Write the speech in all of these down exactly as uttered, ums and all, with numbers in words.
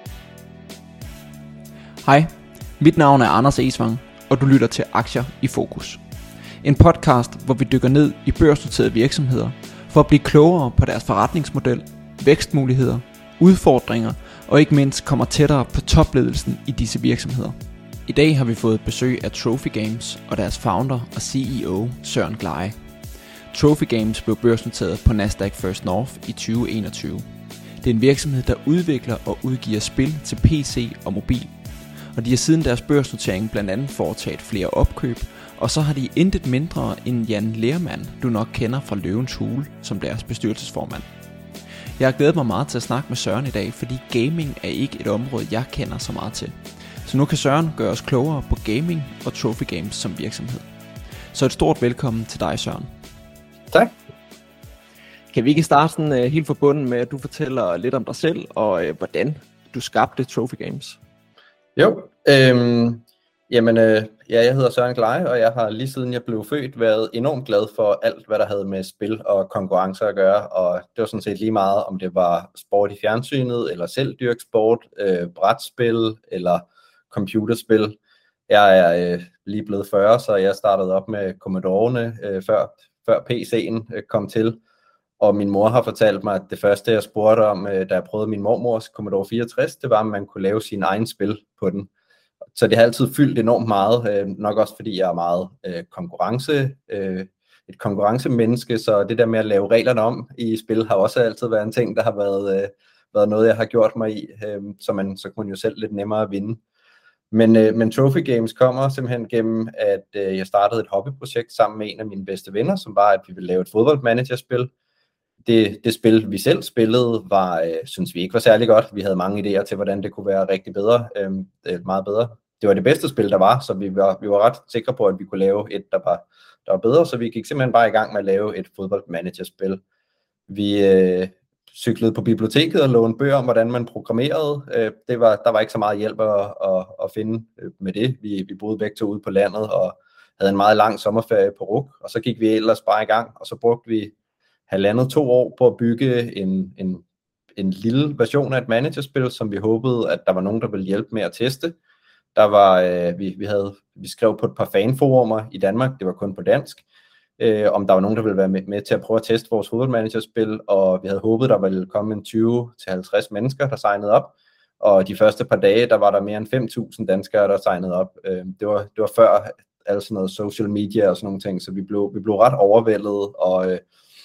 Hej, mit navn er Anders Esvang, og du lytter til Aktier i Fokus. En podcast, hvor vi dykker ned i børsnoterede virksomheder for at blive klogere på deres forretningsmodel, vækstmuligheder, udfordringer og ikke mindst kommer tættere på topledelsen i disse virksomheder. I dag har vi fået besøg af Trophy Games og deres founder og C E O Søren Glejje. Trophy Games blev børsnoteret på Nasdaq First North i tyve enogtyve. Det er en virksomhed, der udvikler og udgiver spil til P C og mobil. Og de har siden deres børsnotering blandt andet foretaget flere opkøb, og så har de intet mindre end Jan Lermand, du nok kender fra Løvens Hule, som deres bestyrelsesformand. Jeg har glædet mig meget til at snakke med Søren i dag, fordi gaming er ikke et område, jeg kender så meget til. Så nu kan Søren gøre os klogere på gaming og Trophy Games som virksomhed. Så et stort velkommen til dig, Søren. Tak. Kan vi ikke starte sådan, uh, helt forbundet med, at du fortæller lidt om dig selv, og uh, hvordan du skabte Trophy Games? Jo, øhm, jamen, øh, ja, jeg hedder Søren Glejje, og jeg har lige siden jeg blev født været enormt glad for alt, hvad der havde med spil og konkurrencer at gøre, og det var sådan set lige meget, om det var sport i fjernsynet, eller selv dyrksport, øh, brætspil eller computerspil. Jeg er øh, lige blevet fyrre, så jeg startede op med Commodore'ne, øh, før, før P C'en øh, kom til. Og min mor har fortalt mig, at det første, jeg spurgte om, da jeg prøvede min mormors Commodore fireogtres, det var, om man kunne lave sin egen spil på den. Så det har altid fyldt enormt meget, nok også fordi jeg er meget konkurrence, et konkurrencemenneske, så det der med at lave reglerne om i spil har også altid været en ting, der har været, været noget, jeg har gjort mig i, så, man, så kunne man jo selv lidt nemmere vinde. Men, men Trophy Games kommer simpelthen gennem, at jeg startede et hobbyprojekt sammen med en af mine bedste venner, som var, at vi ville lave et fodboldmanagerspil. Det, det spil, vi selv spillede, var, øh, synes vi ikke var særlig godt. Vi havde mange idéer til, hvordan det kunne være rigtig bedre, øh, meget bedre. Det var det bedste spil, der var, så vi var, vi var ret sikre på, at vi kunne lave et, der var, der var bedre. Så vi gik simpelthen bare i gang med at lave et fodboldmanagerspil. Vi øh, cyklede på biblioteket og lånte bøger om, hvordan man programmerede. Øh, det var, der var ikke så meget hjælp at, at, at finde med det. Vi, vi boede begge to ude på landet og havde en meget lang sommerferie på R U C. Og så gik vi ellers bare i gang, og så brugte vi halvandet to år på at bygge en, en, en lille version af et managerspil, som vi håbede, at der var nogen, der ville hjælpe med at teste. Der var, øh, vi, vi, havde, vi skrev på et par fanforumer i Danmark, det var kun på dansk, øh, om der var nogen, der ville være med, med til at prøve at teste vores hovedmanagerspil, og vi havde håbet, der ville komme en tyve til halvtreds mennesker, der signede op, og de første par dage, der var der mere end fem tusind danskere, der signede op. Øh, det, var, det var før alt sådan noget social media og sådan nogle ting, så vi blev, vi blev ret overvældet, og øh,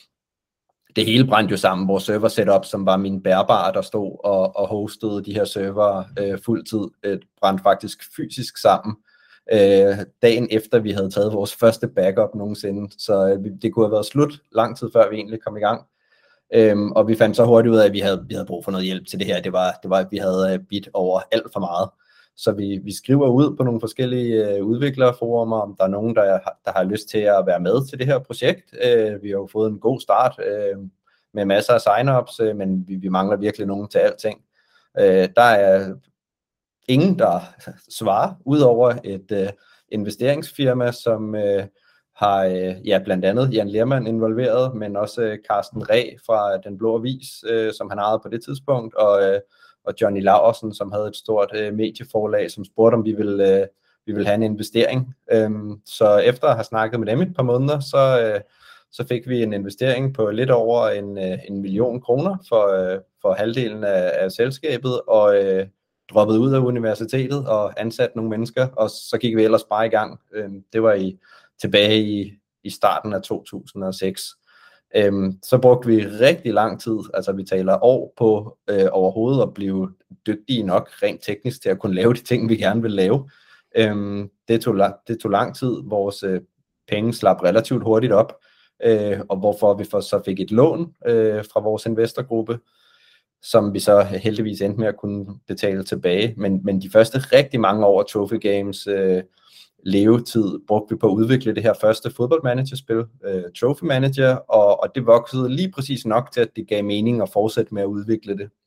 det hele brændte jo sammen. Vores server setup, som var min bærbare, der stod og, og hostede de her server øh, fuldtid, øh, brændte faktisk fysisk sammen øh, dagen efter vi havde taget vores første backup nogensinde. Så øh, det kunne have været slut lang tid før vi egentlig kom i gang. Øhm, og vi fandt så hurtigt ud af, at vi havde, vi havde brug for noget hjælp til det her. Det var, det var at vi havde øh, bidt over alt for meget. Så vi, vi skriver ud på nogle forskellige øh, udviklerforumer, om der er nogen, der, der har lyst til at være med til det her projekt. Øh, vi har jo fået en god start øh, med masser af sign-ups, øh, men vi, vi mangler virkelig nogen til alting. Øh, der er ingen, der svarer, udover et øh, investeringsfirma, som øh, har øh, ja, blandt andet Jan Lermand involveret, men også øh, Carsten Ræ fra Den Blå Avis, øh, som han ejede på det tidspunkt, og øh, og Johnny Laursen, som havde et stort øh, medieforlag, som spurgte, om vi ville, øh, vi ville have en investering. Øhm, så efter at have snakket med dem et par måneder, så, øh, så fik vi en investering på lidt over en, øh, en million kroner for, øh, for halvdelen af, af selskabet, og øh, droppede ud af universitetet og ansatte nogle mennesker, og så gik vi ellers bare i gang. Øhm, det var i, tilbage i, i starten af to tusind og seks. Øhm, så brugte vi rigtig lang tid, altså vi taler år på øh, overhovedet at blive dygtige nok rent teknisk til at kunne lave de ting, vi gerne vil lave. Øhm, det, tog lang, det tog lang tid, vores øh, penge slap relativt hurtigt op, øh, og hvorfor vi for, så fik et lån øh, fra vores investorgruppe, som vi så heldigvis endte med at kunne betale tilbage. Men, men de første rigtig mange år af Trophy Games øh, levetid brugte vi på at udvikle det her første fodboldmanagerspil, øh, Trophy Manager, og, og det voksede lige præcis nok til, at det gav mening at fortsætte med at udvikle det.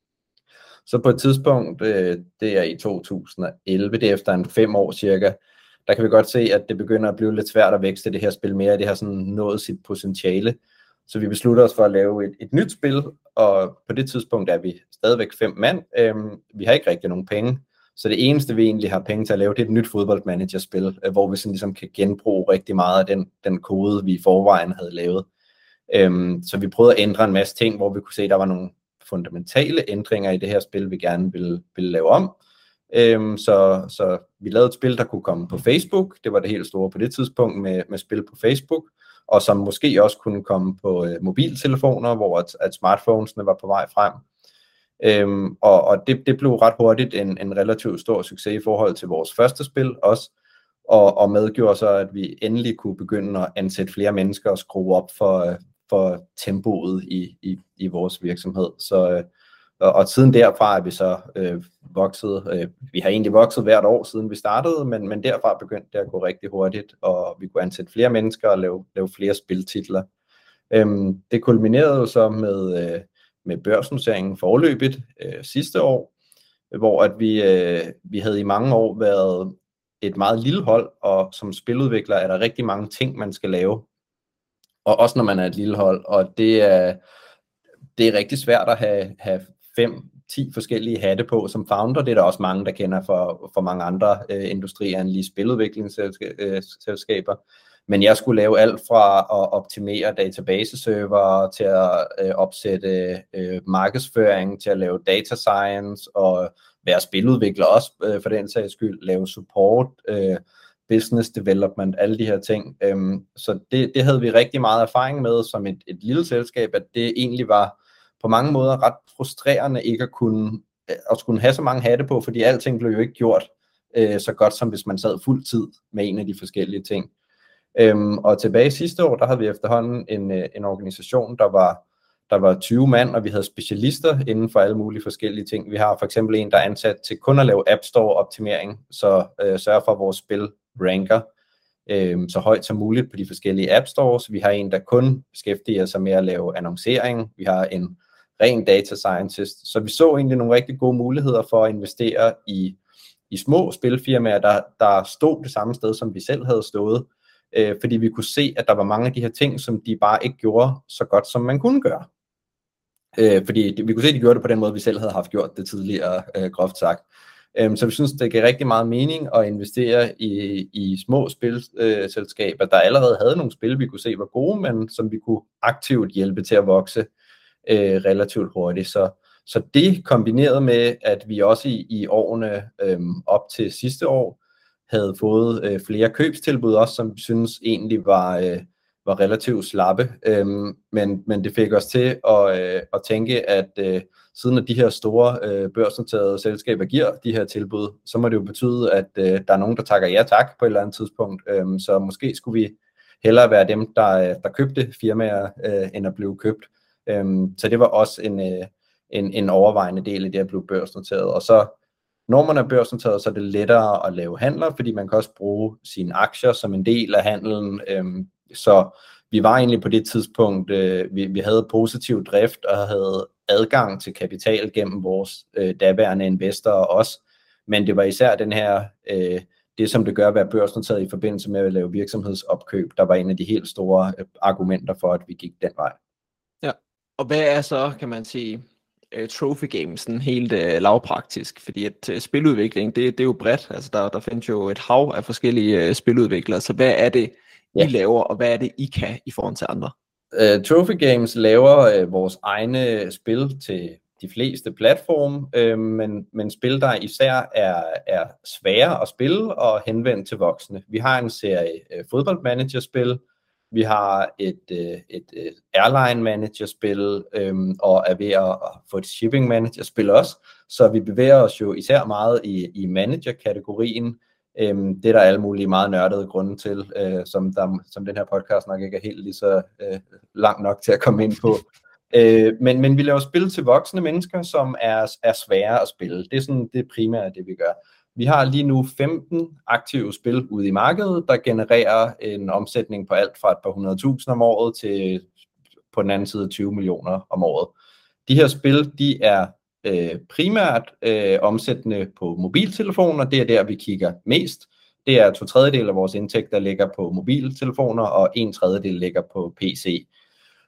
Så på et tidspunkt, øh, det er i to tusind og elleve, det er efter en fem år cirka, der kan vi godt se, at det begynder at blive lidt svært at vækste det her spil mere, det har sådan nået sit potentiale. Så vi beslutter os for at lave et, et nyt spil, og på det tidspunkt er vi stadigvæk fem mand. Øhm, vi har ikke rigtig nogen penge, så det eneste vi egentlig har penge til at lave, det er et nyt fodboldmanagerspil, øh, hvor vi sådan ligesom kan genbruge rigtig meget af den, den kode, vi i forvejen havde lavet. Øhm, så vi prøvede at ændre en masse ting, hvor vi kunne se, at der var nogle fundamentale ændringer i det her spil, vi gerne ville, ville lave om. Øhm, så, så vi lavede et spil, der kunne komme på Facebook. Det var det helt store på det tidspunkt med, med spil på Facebook, og som måske også kunne komme på øh, mobiltelefoner, hvor at, at smartphonesene var på vej frem. Øhm, og og det, det blev ret hurtigt en, en relativt stor succes i forhold til vores første spil også, og, og medgjorde så, at vi endelig kunne begynde at ansætte flere mennesker og skrue op for, for tempoet i, i, i vores virksomhed. Så, øh, og, og siden derfra er vi så øh, vokset. Øh, vi har egentlig vokset hvert år, siden vi startede, men, men derfra begyndte det at gå rigtig hurtigt, og vi kunne ansætte flere mennesker og lave, lave flere spiltitler. Øhm, det kulminerede jo så med... Øh, med børsnoteringen forløbigt øh, sidste år, hvor at vi, øh, vi havde i mange år været et meget lille hold, og som spiludvikler er der rigtig mange ting, man skal lave, og også når man er et lille hold, og det er, det er rigtig svært at have, have fem, ti forskellige hatte på som founder. Det er der også mange, der kender for, for mange andre øh, industrier end lige spiludviklingsselskaber. Men jeg skulle lave alt fra at optimere databaseserver til at øh, opsætte øh, markedsføring, til at lave data science og være spiludvikler også øh, for den sags skyld, lave support, øh, business development, alle de her ting. Øhm, så det, det havde vi rigtig meget erfaring med som et, et lille selskab, at det egentlig var på mange måder ret frustrerende ikke at kunne, at skulle have så mange hatte på, fordi alting blev jo ikke gjort øh, så godt, som hvis man sad fuld tid med en af de forskellige ting. Øhm, og tilbage sidste år, der havde vi efterhånden en, en organisation, der var, der var tyve mand, og vi havde specialister inden for alle mulige forskellige ting. Vi har for eksempel en, der er ansat til kun at lave App Store optimering, så øh, sørger for, at vores spil ranker øh, så højt som muligt på de forskellige App Stores. Vi har en, der kun beskæftiger sig med at lave annoncering. Vi har en ren data scientist. Så vi så egentlig nogle rigtig gode muligheder for at investere i, i små spilfirmaer, der, der stod det samme sted, som vi selv havde stået. Øh, fordi vi kunne se, at der var mange af de her ting, som de bare ikke gjorde så godt, som man kunne gøre. Øh, fordi vi kunne se, at de gjorde det på den måde, vi selv havde haft gjort det tidligere, øh, groft sagt. Øh, så vi synes, det gav rigtig meget mening at investere i, i små spilselskaber, øh, der allerede havde nogle spil, vi kunne se var gode, men som vi kunne aktivt hjælpe til at vokse øh, relativt hurtigt. Så, så det kombineret med, at vi også i, i årene øh, op til sidste år, havde fået øh, flere købstilbud også, som vi synes egentlig var, øh, var relativt slappe. Øhm, men, men det fik os til at, øh, at tænke, at øh, siden at de her store øh, børsnoterede selskaber giver de her tilbud, så må det jo betyde, at øh, der er nogen, der takker ja tak på et eller andet tidspunkt. Øhm, så måske skulle vi hellere være dem, der, der købte firmaer, øh, end at blive købt. Øhm, så det var også en, øh, en, en overvejende del af det at blive børsnoteret. Og så når man er børsnoteret, så er det lettere at lave handler, fordi man kan også bruge sine aktier som en del af handlen. Øhm, så vi var egentlig på det tidspunkt, øh, vi, vi havde positiv drift og havde adgang til kapital gennem vores øh, daværende investorer også. Men det var især den her, øh, det som det gør at være børsnoteret i forbindelse med at lave virksomhedsopkøb, der var en af de helt store øh, argumenter for, at vi gik den vej. Ja, og hvad er så, kan man sige, trophy games, sådan helt uh, lavpraktisk, fordi at uh, spiludvikling, det, det er jo bredt, altså der, der findes jo et hav af forskellige uh, spiludviklere, så hvad er det, I ja. laver, og hvad er det, I kan i forhold til andre? Uh, Trophy Games laver uh, vores egne spil til de fleste platforme, uh, men, men spil, der især er, er svære at spille og henvendt til voksne. Vi har en serie uh, fodboldmanagerspil, vi har et, et, et airline managerspil øhm, og er ved at få et shipping managerspil også, så vi bevæger os jo især meget i, i manager-kategorien. Øhm, det er der alle mulige meget nørdede grunde til, øh, som, der, som den her podcast nok ikke er helt lige så øh, lang nok til at komme ind på. Øh, men, men vi laver spil til voksne mennesker, som er, er svære at spille. Det er sådan det primære, det vi gør. Vi har lige nu femten aktive spil ude i markedet, der genererer en omsætning på alt fra et par hundrede tusind om året til på den anden side tyve millioner om året. De her spil, de er øh, primært øh, omsættende på mobiltelefoner. Det er der, vi kigger mest. Det er to tredjedel af vores indtægt, der ligger på mobiltelefoner, og en tredjedel ligger på P C.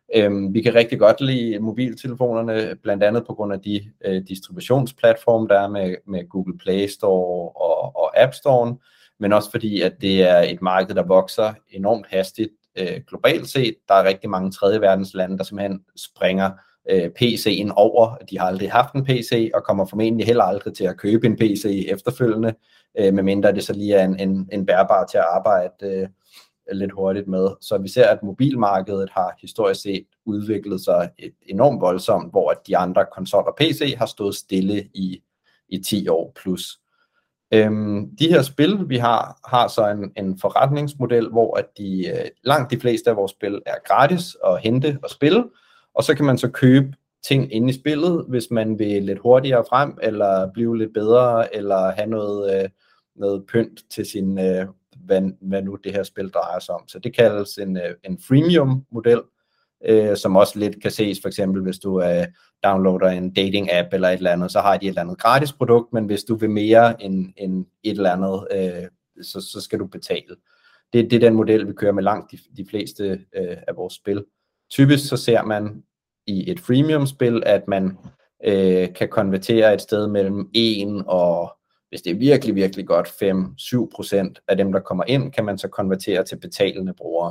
Øhm, vi kan rigtig godt lide mobiltelefonerne, blandt andet på grund af de øh, distributionsplatforme, der er med, med Google Play Store og, og App Store, men også fordi, at det er et marked, der vokser enormt hastigt øh, globalt set. Der er rigtig mange tredje verdens lande, der simpelthen springer øh, P C'en over. De har aldrig haft en P C, og kommer formentlig heller aldrig til at købe en P C efterfølgende, øh, medmindre det så lige er en, en, en bærbar til at arbejde øh, lidt hurtigt med. Så vi ser, at mobilmarkedet har historisk set udviklet sig et enormt voldsomt, hvor at de andre konsol og P C har stået stille i, i ti år plus. Øhm, de her spil, vi har, har så en, en forretningsmodel, hvor at de, øh, langt de fleste af vores spil er gratis at hente og spille, og så kan man så købe ting inde i spillet, hvis man vil lidt hurtigere frem, eller blive lidt bedre, eller have noget, øh, noget pynt til sin, øh, hvad, hvad nu det her spil drejer sig om. Så det kaldes en, øh, en freemium-model, øh, som også lidt kan ses, for eksempel hvis du øh, downloader en dating-app eller et eller andet, så har de et eller andet gratis produkt, men hvis du vil mere end, end et eller andet, øh, så, så skal du betale. Det, det er den model, vi kører med langt de, de fleste øh, af vores spil. Typisk så ser man i et freemium-spil, at man øh, kan konvertere et sted mellem en og, hvis det er virkelig, virkelig godt, fem til syv procent af dem, der kommer ind, kan man så konvertere til betalende brugere.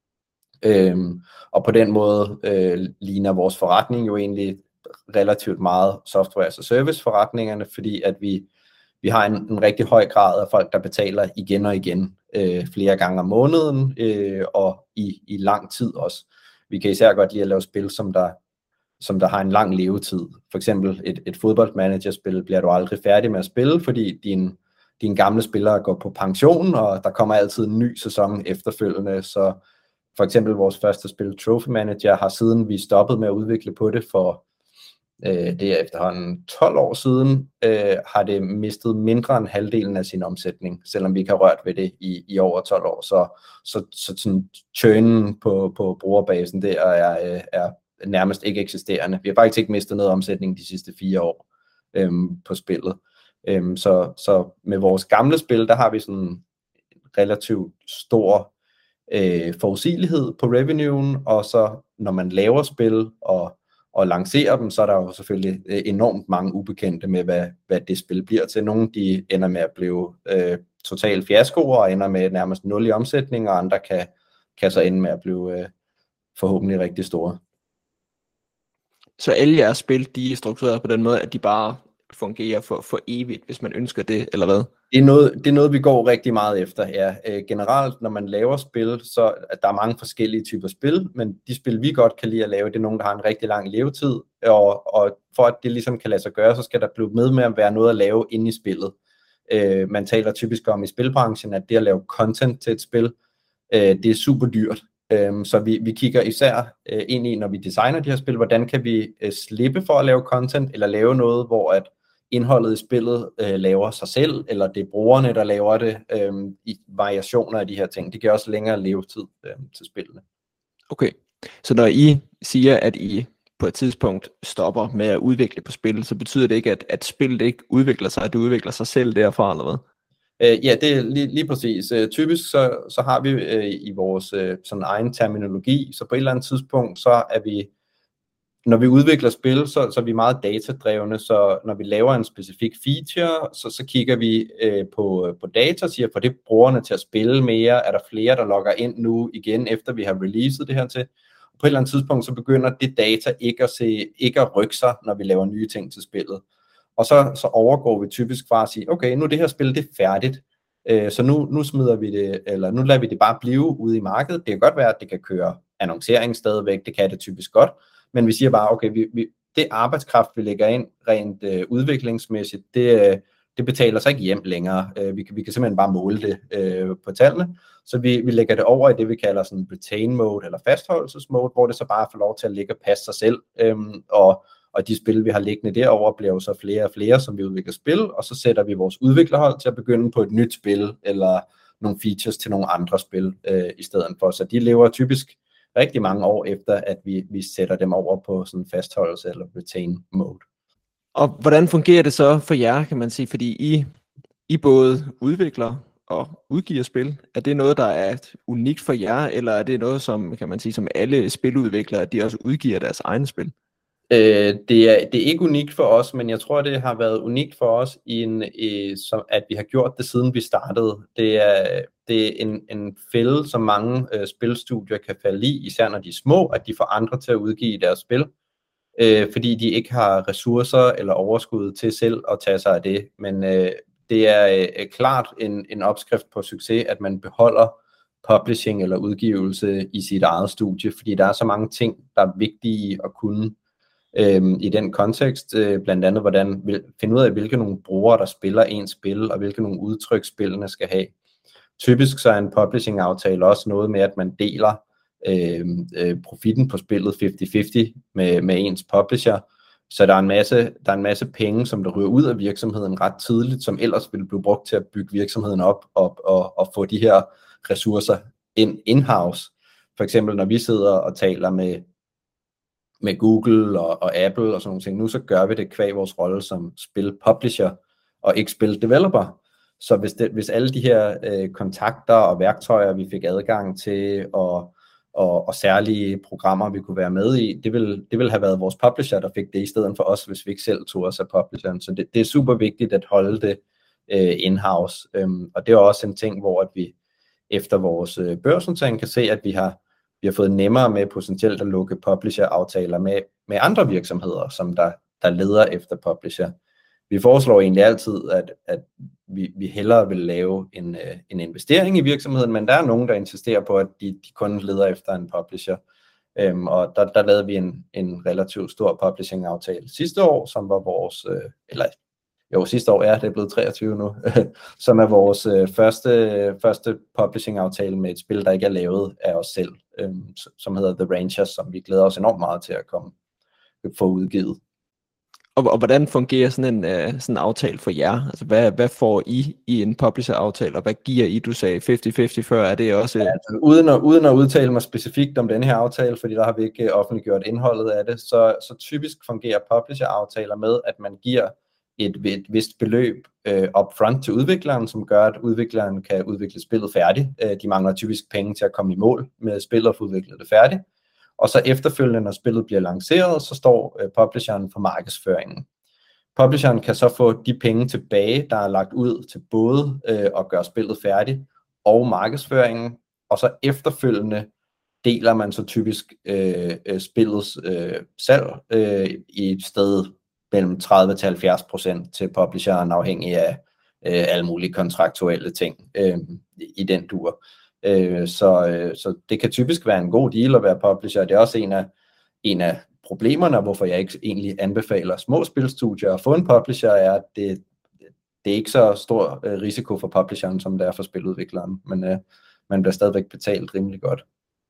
Øhm, og på den måde øh, ligner vores forretning jo egentlig relativt meget software as a service forretningerne, fordi at vi, vi har en, en rigtig høj grad af folk, der betaler igen og igen, øh, flere gange om måneden, øh, og i, i lang tid også. Vi kan især godt lide at lave spil, som der, som der har en lang levetid. For eksempel et, et fodboldmanagerspil bliver du aldrig færdig med at spille, fordi din, dine gamle spillere går på pension, og der kommer altid en ny sæson efterfølgende. Så for eksempel vores første spil, Trophy Manager, har siden vi stoppede med at udvikle på det for øh, det er efterhånden tolv år siden, øh, har det mistet mindre end halvdelen af sin omsætning, selvom vi ikke har rørt ved det i, i over tolv år. Så, så, så sådan churnen på, på brugerbasen der er, er nærmest ikke eksisterende. Vi har faktisk ikke mistet noget omsætning de sidste fire år øhm, på spillet. Øhm, så, så med vores gamle spil, der har vi sådan en relativt stor øh, forudsigelighed på revenuen, og så når man laver spil og og lancerer dem, så er der jo selvfølgelig enormt mange ubekendte med, hvad, hvad det spil bliver til. Nogle de ender med at blive øh, totalt fiaskoer og ender med nærmest nul i omsætning, og andre kan, kan så ende med at blive øh, forhåbentlig rigtig store. Så alle jeres spil, de er struktureret på den måde, at de bare fungerer for, for evigt, hvis man ønsker det, eller hvad? Det er noget, det er noget vi går rigtig meget efter her. Øh, generelt, når man laver spil, så at der er mange forskellige typer spil, men de spil, vi godt kan lide at lave, det er nogle, der har en rigtig lang levetid, og, og for at det ligesom kan lade sig gøre, så skal der blive med med at være noget at lave inde i spillet. Øh, man taler typisk om i spilbranchen, at det at lave content til et spil, øh, det er super dyrt. Øh, så vi, vi kigger især øh, ind i, når vi designer de her spil, hvordan kan vi øh, slippe for at lave content, eller lave noget, hvor at indholdet i spillet øh, laver sig selv, eller det er brugerne, der laver det, øh, i variationer af de her ting. Det giver også længere levetid øh, til spillene. Okay, så når I siger, at I på et tidspunkt stopper med at udvikle på spil, så betyder det ikke, at, at spillet ikke udvikler sig, at det udvikler sig selv derfra, eller hvad? Øh, ja, det er lige, lige præcis. Øh, typisk så, så har vi øh, i vores øh, sådan egen terminologi, så på et eller andet tidspunkt, så er vi når vi udvikler spil, så, så er vi meget datadrevne, så når vi laver en specifik feature, så, så kigger vi øh, på, på data, siger, får det brugerne til at spille mere, er der flere, der logger ind nu igen, efter vi har releaset det her til. Og på et eller andet tidspunkt, så begynder det data ikke at, se, ikke at rykke sig, når vi laver nye ting til spillet. Og så, så overgår vi typisk fra at sige, okay, nu er det her spil, det er færdigt, øh, så nu, nu smider vi det, eller nu lader vi det bare blive ude i markedet. Det kan godt være, at det kan køre annoncering stadigvæk, det kan det typisk godt, men vi siger bare, okay, vi, vi, det arbejdskraft, vi lægger ind rent øh, udviklingsmæssigt, det, øh, det betaler sig ikke hjem længere. Øh, vi, kan, vi kan simpelthen bare måle det øh, på tallene. Så vi, vi lægger det over i det, vi kalder sådan retain mode eller fastholdelsesmode, hvor det så bare får lov til at ligge og passe sig selv. Øh, og, og de spil, vi har liggende derovre, bliver jo så flere og flere, som vi udvikler spil, og så sætter vi vores udviklerhold til at begynde på et nyt spil, eller nogle features til nogle andre spil øh, i stedet for. Så de lever typisk rigtig mange år efter, at vi, vi sætter dem over på sådan fastholdelse eller retain mode. Og hvordan fungerer det så for jer, kan man sige, fordi I, I både udvikler og udgiver spil. Er det noget, der er unikt for jer, eller er det noget, som kan man sige, som alle spiludviklere, de også udgiver deres egne spil? Øh, det, er, det er ikke unikt for os, men jeg tror, det har været unikt for os, i en, i, som, at vi har gjort det, siden vi startede. Det er, det er en, en fælde, som mange øh, spilstudier kan falde i, især når de er små, at de får andre til at udgive deres spil, øh, fordi de ikke har ressourcer eller overskud til selv at tage sig af det. Men øh, det er øh, klart en, en opskrift på succes, at man beholder publishing eller udgivelse i sit eget studie, fordi der er så mange ting, der er vigtige at kunne Øhm, i den kontekst, øh, blandt andet hvordan vil, finde ud af, hvilke nogle brugere, der spiller ens spil, og hvilke nogle udtryk spillene skal have. Typisk så er en publishing-aftale også noget med, at man deler øh, øh, profitten på spillet halvtreds halvtreds med, med ens publisher, så der er, en masse, der er en masse penge, som der ryger ud af virksomheden ret tidligt, som ellers ville blive brugt til at bygge virksomheden op og, og, og få de her ressourcer ind in-house. For eksempel når vi sidder og taler med med Google og, og Apple og sådan nogle ting. Nu så gør vi det kvæg vores rolle som spil-publisher og ikke spil-developer. Så hvis, det, hvis alle de her øh, kontakter og værktøjer, vi fik adgang til, og, og, og særlige programmer, vi kunne være med i, det vil, det vil have været vores publisher, der fik det i stedet for os, hvis vi ikke selv tog os af publisheren. Så det, det er super vigtigt at holde det øh, in-house. Øhm, og det er også en ting, hvor at vi efter vores øh, børsnotering kan se, at vi har Vi har fået nemmere med potentielt at lukke publisher-aftaler med, med andre virksomheder, som der, der leder efter publisher. Vi foreslår egentlig altid, at, at vi, vi hellere vil lave en, en investering i virksomheden, men der er nogen, der insisterer på, at de, de kun leder efter en publisher. Øhm, og der, der lavede vi en, en relativt stor publishing-aftale sidste år, som var vores, øh, eller jo, sidste år, ja, det er blevet treogtyve nu, som er vores øh, første, første publishing-aftale med et spil, der ikke er lavet af os selv, øh, som hedder The Rangers, som vi glæder os enormt meget til at komme få udgivet. Og, og hvordan fungerer sådan en uh, sådan en aftale for jer? Altså, hvad, hvad får I i en publisher-aftale, og hvad giver I? Du sagde halvtreds halvtreds før, er det også... Ja, altså, uden, at, uden at udtale mig specifikt om denne her aftale, fordi der har vi ikke offentliggjort indholdet af det, så, så typisk fungerer publisher-aftaler med, at man giver et, et vist beløb øh, upfront til udvikleren, som gør, at udvikleren kan udvikle spillet færdigt. Øh, de mangler typisk penge til at komme i mål med spillet og få udviklet det færdigt. Og så efterfølgende, når spillet bliver lanceret, så står øh, publisheren for markedsføringen. Publisheren kan så få de penge tilbage, der er lagt ud til både øh, at gøre spillet færdigt og markedsføringen, og så efterfølgende deler man så typisk øh, øh, spillets øh, salg øh, i et sted mellem tredive til halvfjerds procent til publisheren, afhængig af øh, alle mulige kontraktuelle ting øh, i den dur. Øh, så, øh, så det kan typisk være en god deal at være publisher. Det er også en af, en af problemerne, hvorfor jeg ikke egentlig anbefaler små spilstudier at få en publisher, er, at det, det er ikke så stor øh, risiko for publisheren, som det er for spiludvikleren, men øh, man bliver stadigvæk betalt rimelig godt.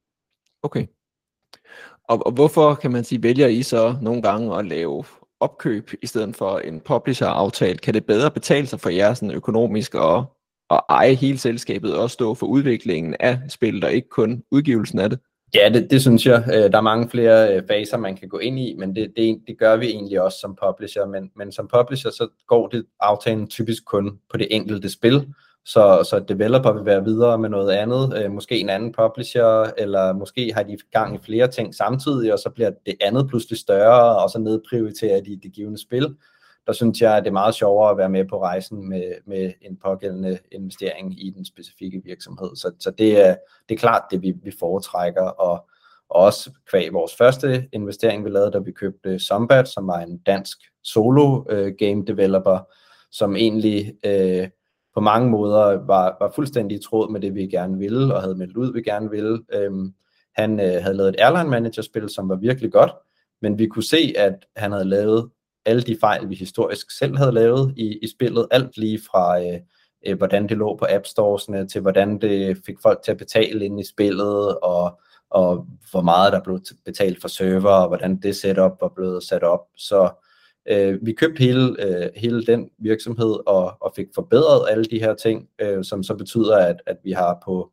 Okay. Og, og hvorfor, kan man sige, vælger I så nogle gange at lave opkøb i stedet for en publisher-aftale? Kan det bedre betale sig for jer sådan økonomisk at, at eje hele selskabet og stå for udviklingen af spillet, og ikke kun udgivelsen af det? Ja, det, det synes jeg. Der er mange flere faser, man kan gå ind i, men det, det, det gør vi egentlig også som publisher. Men, men som publisher, så går det aftalen typisk kun på det enkelte spil, så, så developer vil være videre med noget andet, måske en anden publisher, eller måske har de gang i flere ting samtidig, og så bliver det andet pludselig større, og så nedprioriterer de det givende spil. Der synes jeg, at det er meget sjovere at være med på rejsen med, med en pågældende investering i den specifikke virksomhed. Så, så det, er, det er klart det, vi, vi foretrækker, og, og også kvæg vores første investering, vi lavede, da vi købte Zombat, som var en dansk solo øh, game developer, som egentlig øh, på mange måder var, var fuldstændig i tråd med det, vi gerne ville, og havde meldt ud, vi gerne ville. Øhm, han øh, havde lavet et airline manager-spil, som var virkelig godt, men vi kunne se, at han havde lavet alle de fejl, vi historisk selv havde lavet i, i spillet, alt lige fra øh, øh, hvordan det lå på App Stores'ne, til hvordan det fik folk til at betale ind i spillet, og, og hvor meget der blev betalt for server, og hvordan det setup var blevet sat op. Så øh, vi købte hele, øh, hele den virksomhed, og, og fik forbedret alle de her ting, øh, som så betyder, at, at vi har på,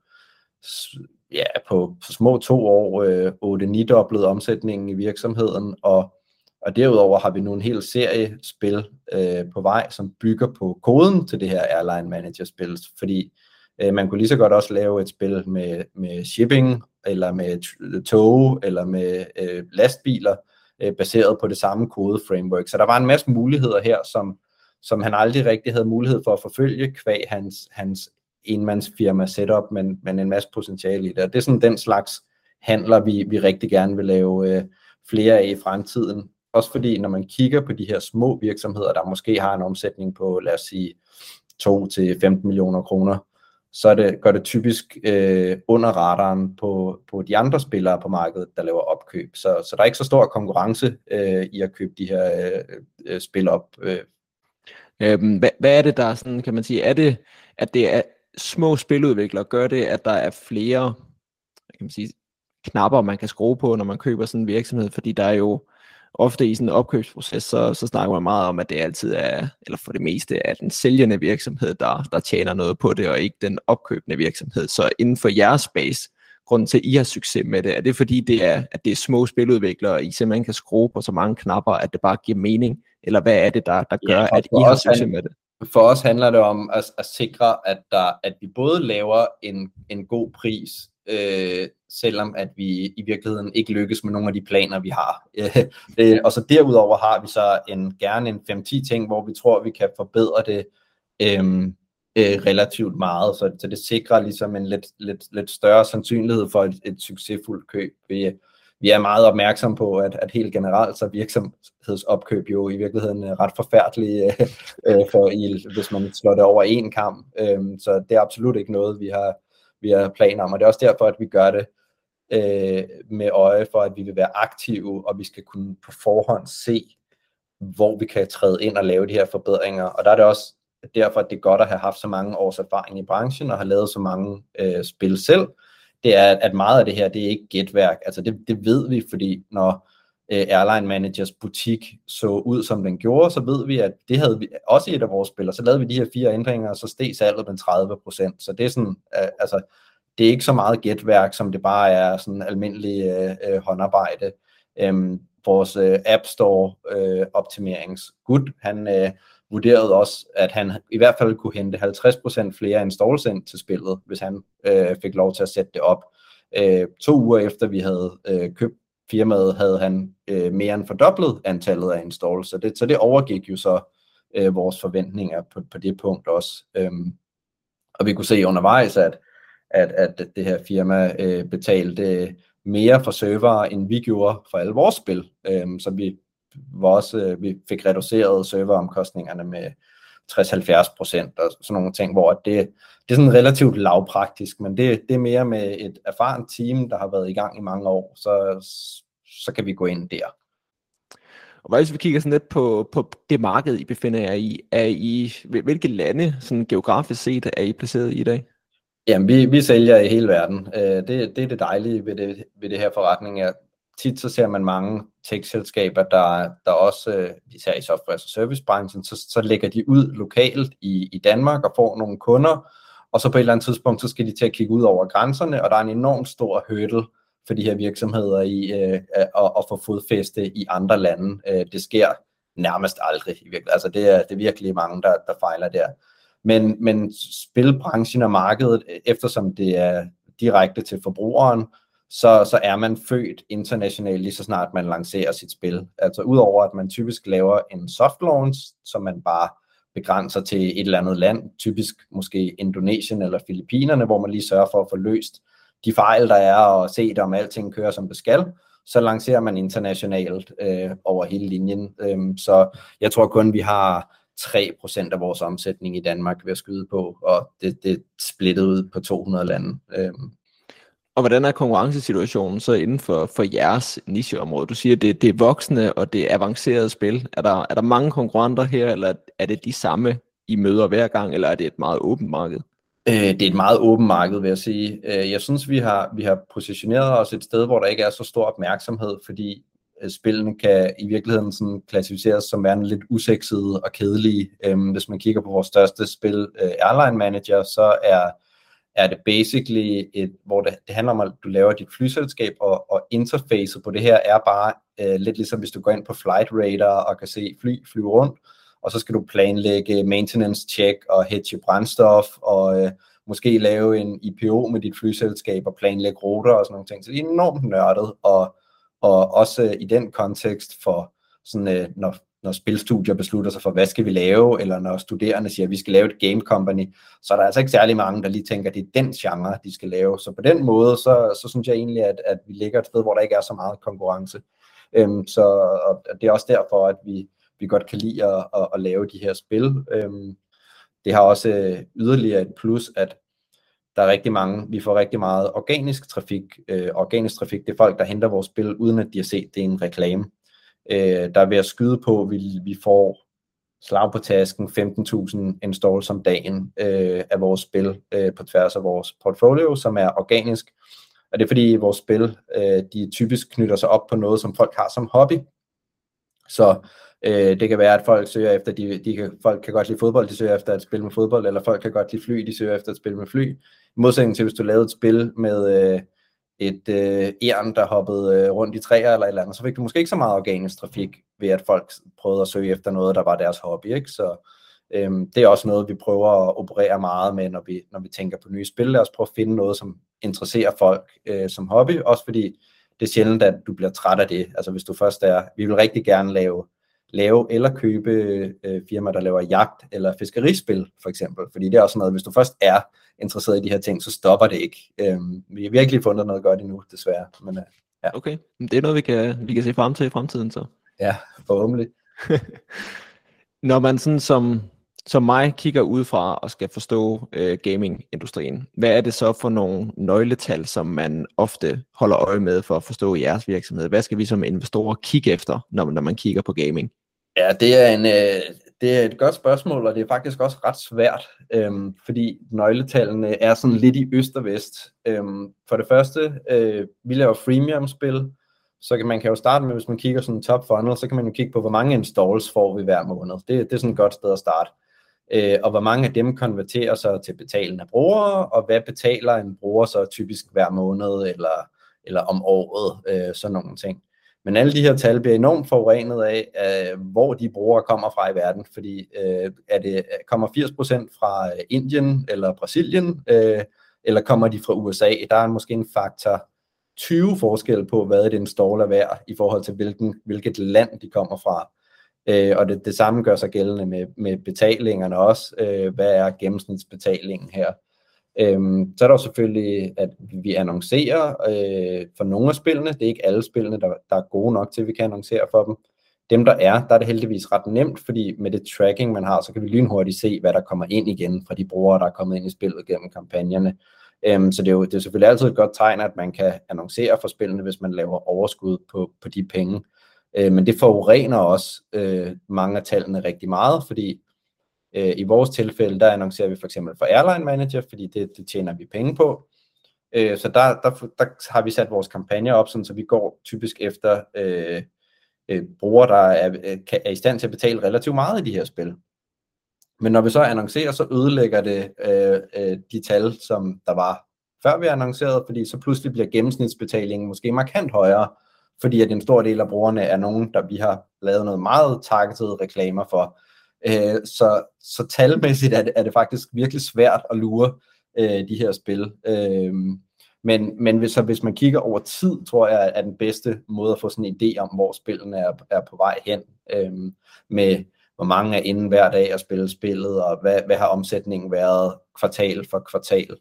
ja, på, på små to år øh, otte ni doblet omsætningen i virksomheden, og Og derudover har vi nu en hel serie spil øh, på vej, som bygger på koden til det her Airline Manager-spil, fordi Øh, man kunne lige så godt også lave et spil med, med shipping, eller med tog, eller med øh, lastbiler, øh, baseret på det samme kode-framework. Så der var en masse muligheder her, som, som han aldrig rigtig havde mulighed for at forfølge, kvæg hans, hans enmandsfirma setup, men, men en masse potentiale i det. Og det er sådan den slags handler, vi, vi rigtig gerne vil lave øh, flere af i fremtiden. Også fordi, når man kigger på de her små virksomheder, der måske har en omsætning på, lad os sige, to til femten millioner kroner, så er det, går det typisk øh, under radaren på, på de andre spillere på markedet, der laver opkøb. Så, så der er ikke så stor konkurrence øh, i at købe de her øh, øh, spil op. Øh. Øhm, hvad, hvad er det, der er sådan, kan man sige, er det, at det er små spiludviklere, gør det, at der er flere, kan man sige, knapper, man kan skrue på, når man køber sådan en virksomhed, fordi der er jo ofte i sådan en opkøbsproces, så, så snakker man meget om, at det altid er, eller for det meste, er den sælgende virksomhed, der, der tjener noget på det, og ikke den opkøbende virksomhed. Så inden for jeres space, grunden til, at I har succes med det, er det fordi, det er, at det er små spiludviklere, og I simpelthen kan skrue på så mange knapper, at det bare giver mening? Eller hvad er det, der, der gør, ja, at I har succes med det? For os handler det om at, at sikre, at, der, at vi både laver en, en god pris, øh, selvom at vi i virkeligheden ikke lykkes med nogle af de planer, vi har. øh, og så derudover har vi så en, gerne en fem ti ting, hvor vi tror, vi kan forbedre det øh, øh, relativt meget, så, så det sikrer ligesom en lidt, lidt, lidt større sandsynlighed for et, et succesfuldt køb. Vi, vi er meget opmærksomme på, at, at helt generelt så virksomhedsopkøb jo i virkeligheden er ret forfærdelige, øh, for, hvis man slår det over en kam. Øh, så det er absolut ikke noget, vi har vi har planer om, og det er også derfor, at vi gør det øh, med øje for, at vi vil være aktive, og vi skal kunne på forhånd se, hvor vi kan træde ind og lave de her forbedringer. Og der er det også derfor, at det er godt at have haft så mange års erfaring i branchen, og have lavet så mange øh, spil selv. Det er, at meget af det her, det er ikke gætværk. Altså det, det ved vi, fordi når øh, Airline Managers butik så ud, som den gjorde, så ved vi, at det havde vi også i et af vores spil, og så lavede vi de her fire ændringer, og så steg salget med tredive procent. Så det er sådan, øh, altså, det er ikke så meget gætværk, som det bare er sådan almindelig øh, øh, håndarbejde. Øhm, vores øh, App Store øh, optimeringsgud, han øh, vurderede også, at han i hvert fald kunne hente halvtreds procent flere installs ind til spillet, hvis han øh, fik lov til at sætte det op. Øh, to uger efter vi havde øh, købt firmaet, havde han øh, mere end fordoblet antallet af installs, så det, så det overgik jo så øh, vores forventninger på, på det punkt også. Øhm, og vi kunne se undervejs, at, at, at det her firma øh, betalte mere for servere, end vi gjorde for alle vores spil. Øhm, så vi, var også, øh, vi fik reduceret serveromkostningerne med tres til halvfjerds procent og sådan nogle ting, hvor det, det er sådan relativt lavpraktisk, men det, det er mere med et erfarent team, der har været i gang i mange år, så, så kan vi gå ind der. Og hvis vi kigger sådan lidt på, på det marked, I befinder jer i, er I, hvilke lande sådan geografisk set er I placeret i i dag? Jamen, vi, vi sælger i hele verden. Det, det er det dejlige ved det, ved det her forretning. Ja, tit så ser man mange tech-selskaber, der, der også, især i software- og servicebranchen, så, så lægger de ud lokalt i, i Danmark og får nogle kunder, og så på et eller andet tidspunkt, så skal de til at kigge ud over grænserne, og der er en enormt stor hurdle for de her virksomheder i øh, at, at få fodfæste i andre lande. Det sker nærmest aldrig. Altså det er, det er virkelig mange, der, der fejler der. Men, men spilbranchen og markedet, eftersom det er direkte til forbrugeren, så, så er man født internationalt lige så snart man lancerer sit spil. Altså udover at man typisk laver en soft launch, som man bare begrænser til et eller andet land, typisk måske Indonesien eller Filippinerne, hvor man lige sørger for at få løst de fejl, der er, og se om alting kører, som det skal, så lancerer man internationalt øh, over hele linjen. Øhm, så jeg tror kun, vi har tre procent af vores omsætning i Danmark ved at skyde på, og det, det er splittet ud på to hundrede lande. Øhm. Og hvordan er konkurrencesituationen så inden for, for jeres nicheområde? Du siger, det, det er voksne, og det er avancerede spil. Er der, er der mange konkurrenter her, eller er det de samme, I møder hver gang, eller er det et meget åbent marked? Det er et meget åbent marked, vil jeg sige. Jeg synes, vi har, vi har positioneret os et sted, hvor der ikke er så stor opmærksomhed, fordi spillene kan i virkeligheden sådan klassificeres som værende lidt usexede og kedelige. Hvis man kigger på vores største spil, Airline Manager, så er, er det basically et, hvor det, det handler om, at du laver dit flyselskab, og, og interfacet på det her er bare uh, lidt ligesom hvis du går ind på Flight Radar og kan se fly flyve rundt, og så skal du planlægge maintenance check og hedge brændstof og, øh, måske lave en I P O med dit flyselskab og planlægge ruter og sådan nogle ting. Så det er enormt nørdet, og, og også i den kontekst for sådan, når, når spilstudier beslutter sig for, hvad skal vi lave, eller når studerende siger, at vi skal lave et game company, så er der altså ikke særlig mange, der lige tænker, at det er den genre, de skal lave. Så på den måde, så, så synes jeg egentlig, at, at vi ligger et sted, hvor der ikke er så meget konkurrence. Øhm, så og det er også derfor, at vi, vi godt kan lide at, at, at lave de her spil. Øhm, det har også øh, yderligere et plus, at der er rigtig mange, vi får rigtig meget organisk trafik. Øh, organisk trafik, det er folk, der henter vores spil, uden at de har set, det er en reklame. Øh, der er ved at skyde på, vi, vi får slag på tasken femten tusind installs om dagen øh, af vores spil øh, på tværs af vores portfolio, som er organisk. Og det er fordi vores spil, øh, de typisk knytter sig op på noget, som folk har som hobby. Så øh, det kan være, at folk søger efter, de, de kan, folk kan godt lide fodbold, de søger efter at spille med fodbold, eller folk kan godt lide fly, de søger efter at spille med fly. I modsætning til, hvis du lavede et spil med øh, et øh, æren, der hoppede øh, rundt i træer eller et eller andet, så fik du måske ikke så meget organisk trafik, ved at folk prøvede at søge efter noget, der var deres hobby, ikke? Så øhm, det er også noget, vi prøver at operere meget med, når vi, når vi tænker på nye spil. Lad os prøve at finde noget, som interesserer folk øh, som hobby, også fordi det er sjældent, at du bliver træt af det. Altså hvis du først er, vi vil rigtig gerne lave, lave eller købe øh, firmaer, der laver jagt eller fiskerispil, for eksempel. Fordi det er også noget, hvis du først er interesseret i de her ting, så stopper det ikke. Øhm, vi har virkelig fundet noget godt endnu, desværre. Men, øh, ja. Okay, det er noget, vi kan, vi kan se frem til i fremtiden så. Ja, forhåbentlig. Når man sådan som, som mig kigger udefra og skal forstå øh, gamingindustrien, hvad er det så for nogle nøgletal, som man ofte holder øje med for at forstå jeres virksomhed? Hvad skal vi som investorer kigge efter, når, når man kigger på gaming? Ja, det er, en, øh, det er et godt spørgsmål, og det er faktisk også ret svært, øhm, fordi nøgletallene er sådan lidt i øst og vest. Øhm, for det første, øh, vi laver freemium-spil, så kan man kan jo starte med, hvis man kigger sådan top funnel, så kan man jo kigge på, hvor mange installs får vi hver måned. Det, det er sådan et godt sted at starte. Øh, og hvor mange af dem konverterer sig til betalende brugere, og hvad betaler en bruger så typisk hver måned eller, eller om året, øh, sådan nogle ting. Men alle de her tal bliver enormt forurenet af, øh, hvor de brugere kommer fra i verden, fordi øh, er det, kommer firs procent fra Indien eller Brasilien, øh, eller kommer de fra U S A? Der er måske en faktor tyve forskel på, hvad et install er værd, i forhold til hvilken, hvilket land de kommer fra. Øh, og det, det samme gør sig gældende med, med betalingerne også. Øh, hvad er gennemsnitsbetalingen her? Øhm, så er der selvfølgelig, at vi annoncerer øh, for nogle af spillene. Det er ikke alle spillene, der, der er gode nok til, at vi kan annoncere for dem. Dem, der er, der er det heldigvis ret nemt, fordi med det tracking, man har, så kan vi lynhurtigt se, hvad der kommer ind igen fra de brugere, der er kommet ind i spillet gennem kampagnerne. Øhm, så det er jo det er selvfølgelig altid et godt tegn, at man kan annoncere for spillene, hvis man laver overskud på, på de penge. Øh, men det forurener også øh, mange af tallene rigtig meget, fordi øh, i vores tilfælde, der annoncerer vi for eksempel for Airline Manager, fordi det, det tjener vi penge på. Øh, så der, der, der har vi sat vores kampagner op, sådan, så vi går typisk efter øh, øh, brugere, der er, er i stand til at betale relativt meget i de her spil. Men når vi så annoncerer, så ødelægger det øh, øh, de tal, som der var før vi annoncerede, fordi så pludselig bliver gennemsnitsbetalingen måske markant højere, fordi at en stor del af brugerne er nogen, der vi har lavet noget meget targetede reklamer for. Øh, så, så talmæssigt er det, er det faktisk virkelig svært at lure øh, de her spil. Øh, men men hvis, så hvis man kigger over tid, tror jeg, er den bedste måde at få sådan en idé om, hvor spillene er, er på vej hen, øh, med hvor mange er inde hver dag at spille spillet, og hvad, hvad har omsætningen været kvartal for kvartal.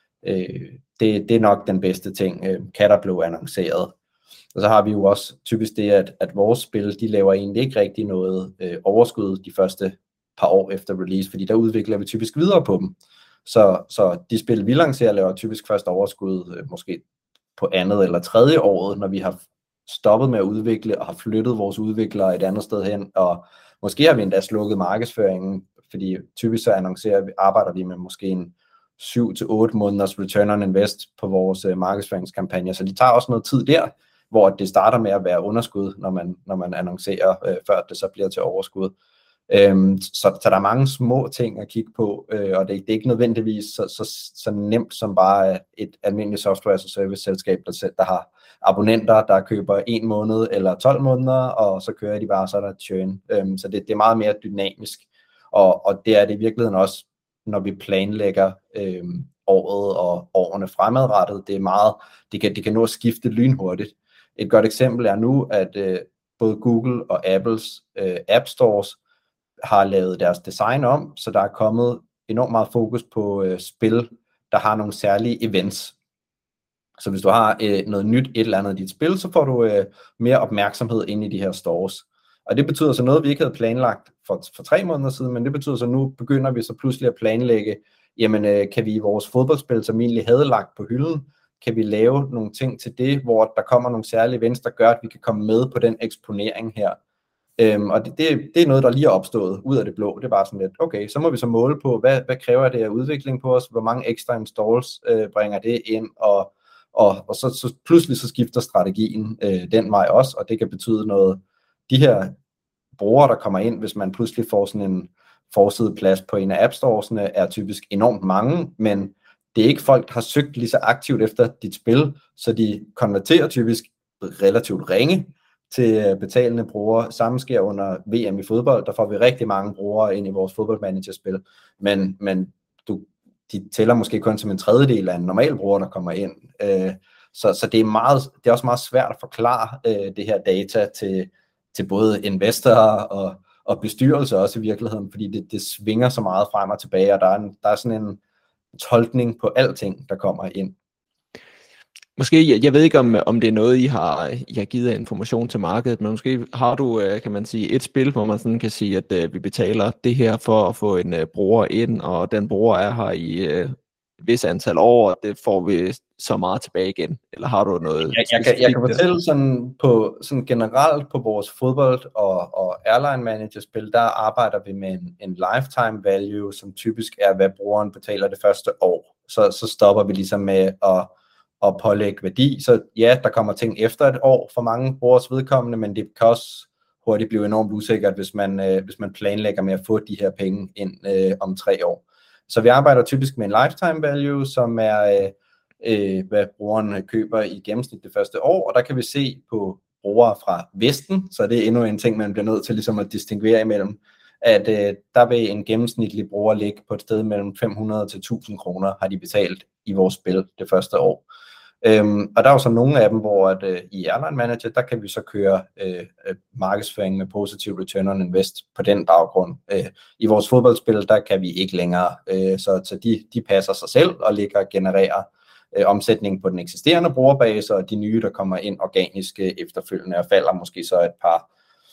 Øh, det, det er nok den bedste ting, øh, kan der blive annonceret. Og så har vi jo også typisk det, at, at vores spil, de laver egentlig ikke rigtig noget øh, overskud de første par år efter release, fordi der udvikler vi typisk videre på dem. Så, så de spil, vi lancerer, laver typisk først overskud, øh, måske på andet eller tredje året, når vi har stoppet med at udvikle og har flyttet vores udviklere et andet sted hen, og måske har vi endda slukket markedsføringen, fordi typisk så annoncerer vi, arbejder vi med måske en syv til otte måneders return on invest på vores øh, markedsføringskampagner, så det tager også noget tid der, hvor det starter med at være underskud, når man, når man annoncerer, øh, før det så bliver til overskud. Øhm, så, så der er mange små ting at kigge på, øh, og det, det er ikke nødvendigvis så, så, så nemt som bare et almindeligt software as a service selskab, der, der har abonnenter, der køber en måned eller tolv måneder, og så kører de bare, så er der churn. Øhm, så det, det er meget mere dynamisk, og, og det er det i virkeligheden også, når vi planlægger øh, året og årene fremadrettet. Det er meget, det kan, det kan nå at skifte lynhurtigt. Et godt eksempel er nu, at øh, både Google og Apples øh, App Stores har lavet deres design om, så der er kommet enormt meget fokus på øh, spil, der har nogle særlige events. Så hvis du har øh, noget nyt, et eller andet i dit spil, så får du øh, mere opmærksomhed ind i de her stores. Og det betyder så noget, vi ikke havde planlagt for, for tre måneder siden, men det betyder så, nu begynder vi så pludselig at planlægge, jamen øh, kan vi i vores fodboldspil, som vi egentlig havde lagt på hylden, kan vi lave nogle ting til det, hvor der kommer nogle særlige events, der gør, at vi kan komme med på den eksponering her. Øhm, og det, det, det er noget, der lige er opstået ud af det blå. Det er bare sådan lidt, okay, så må vi så måle på, hvad, hvad kræver det af udvikling på os, hvor mange ekstra installs øh, bringer det ind, og, og, og så, så pludselig så skifter strategien øh, den vej også, og det kan betyde noget. De her brugere, der kommer ind, hvis man pludselig får sådan en forsideplads på en af App Stores'ene, er typisk enormt mange, men det er ikke folk, der har søgt lige så aktivt efter dit spil, så de konverterer typisk relativt ringe til betalende brugere. Samme sker under V M i fodbold, der får vi rigtig mange brugere ind i vores fodboldmanagerspil, men, men du, de tæller måske kun som en tredjedel af en normal bruger, der kommer ind. Øh, så så det, er meget, det er også meget svært at forklare øh, det her data til, til både investorer og, og bestyrelser også i virkeligheden, fordi det, det svinger så meget frem og tilbage, og der er, en, der er sådan en tolkning på alting, der kommer ind. Måske, jeg, jeg ved ikke, om, om det er noget, I har, I har givet information til markedet, men måske har du, kan man sige, et spil, hvor man sådan kan sige, at uh, vi betaler det her for at få en uh, bruger ind, og den bruger er her i uh, et vis antal år, og det får vi så meget tilbage igen. Eller har du noget? Jeg, jeg, kan, jeg kan fortælle sådan, på, sådan generelt på vores fodbold- og, og airline managerspil, der arbejder vi med en, en lifetime value, som typisk er, hvad brugeren betaler det første år. Så, så stopper vi ligesom med at og pålægge værdi. Så ja, der kommer ting efter et år for mange brugers vedkommende, men det kan også hurtigt blive enormt usikkert, hvis man, øh, hvis man planlægger med at få de her penge ind øh, om tre år. Så vi arbejder typisk med en lifetime value, som er, øh, øh, hvad brugeren køber i gennemsnit det første år, og der kan vi se på brugere fra Vesten, så det er endnu en ting, man bliver nødt til ligesom at distinguere imellem, at øh, der vil en gennemsnitlig bruger ligge på et sted mellem fem hundrede til tusind kroner, har de betalt i vores spil det første år. Øhm, og der er jo så nogle af dem, hvor at, øh, i Airline Manager, der kan vi så køre øh, markedsføring med positiv return on invest på den baggrund. Øh, I vores fodboldspil, der kan vi ikke længere, øh, så, så de, de passer sig selv og ligger og genererer øh, omsætning på den eksisterende brugerbase, og de nye, der kommer ind organisk øh, efterfølgende, og falder måske så et par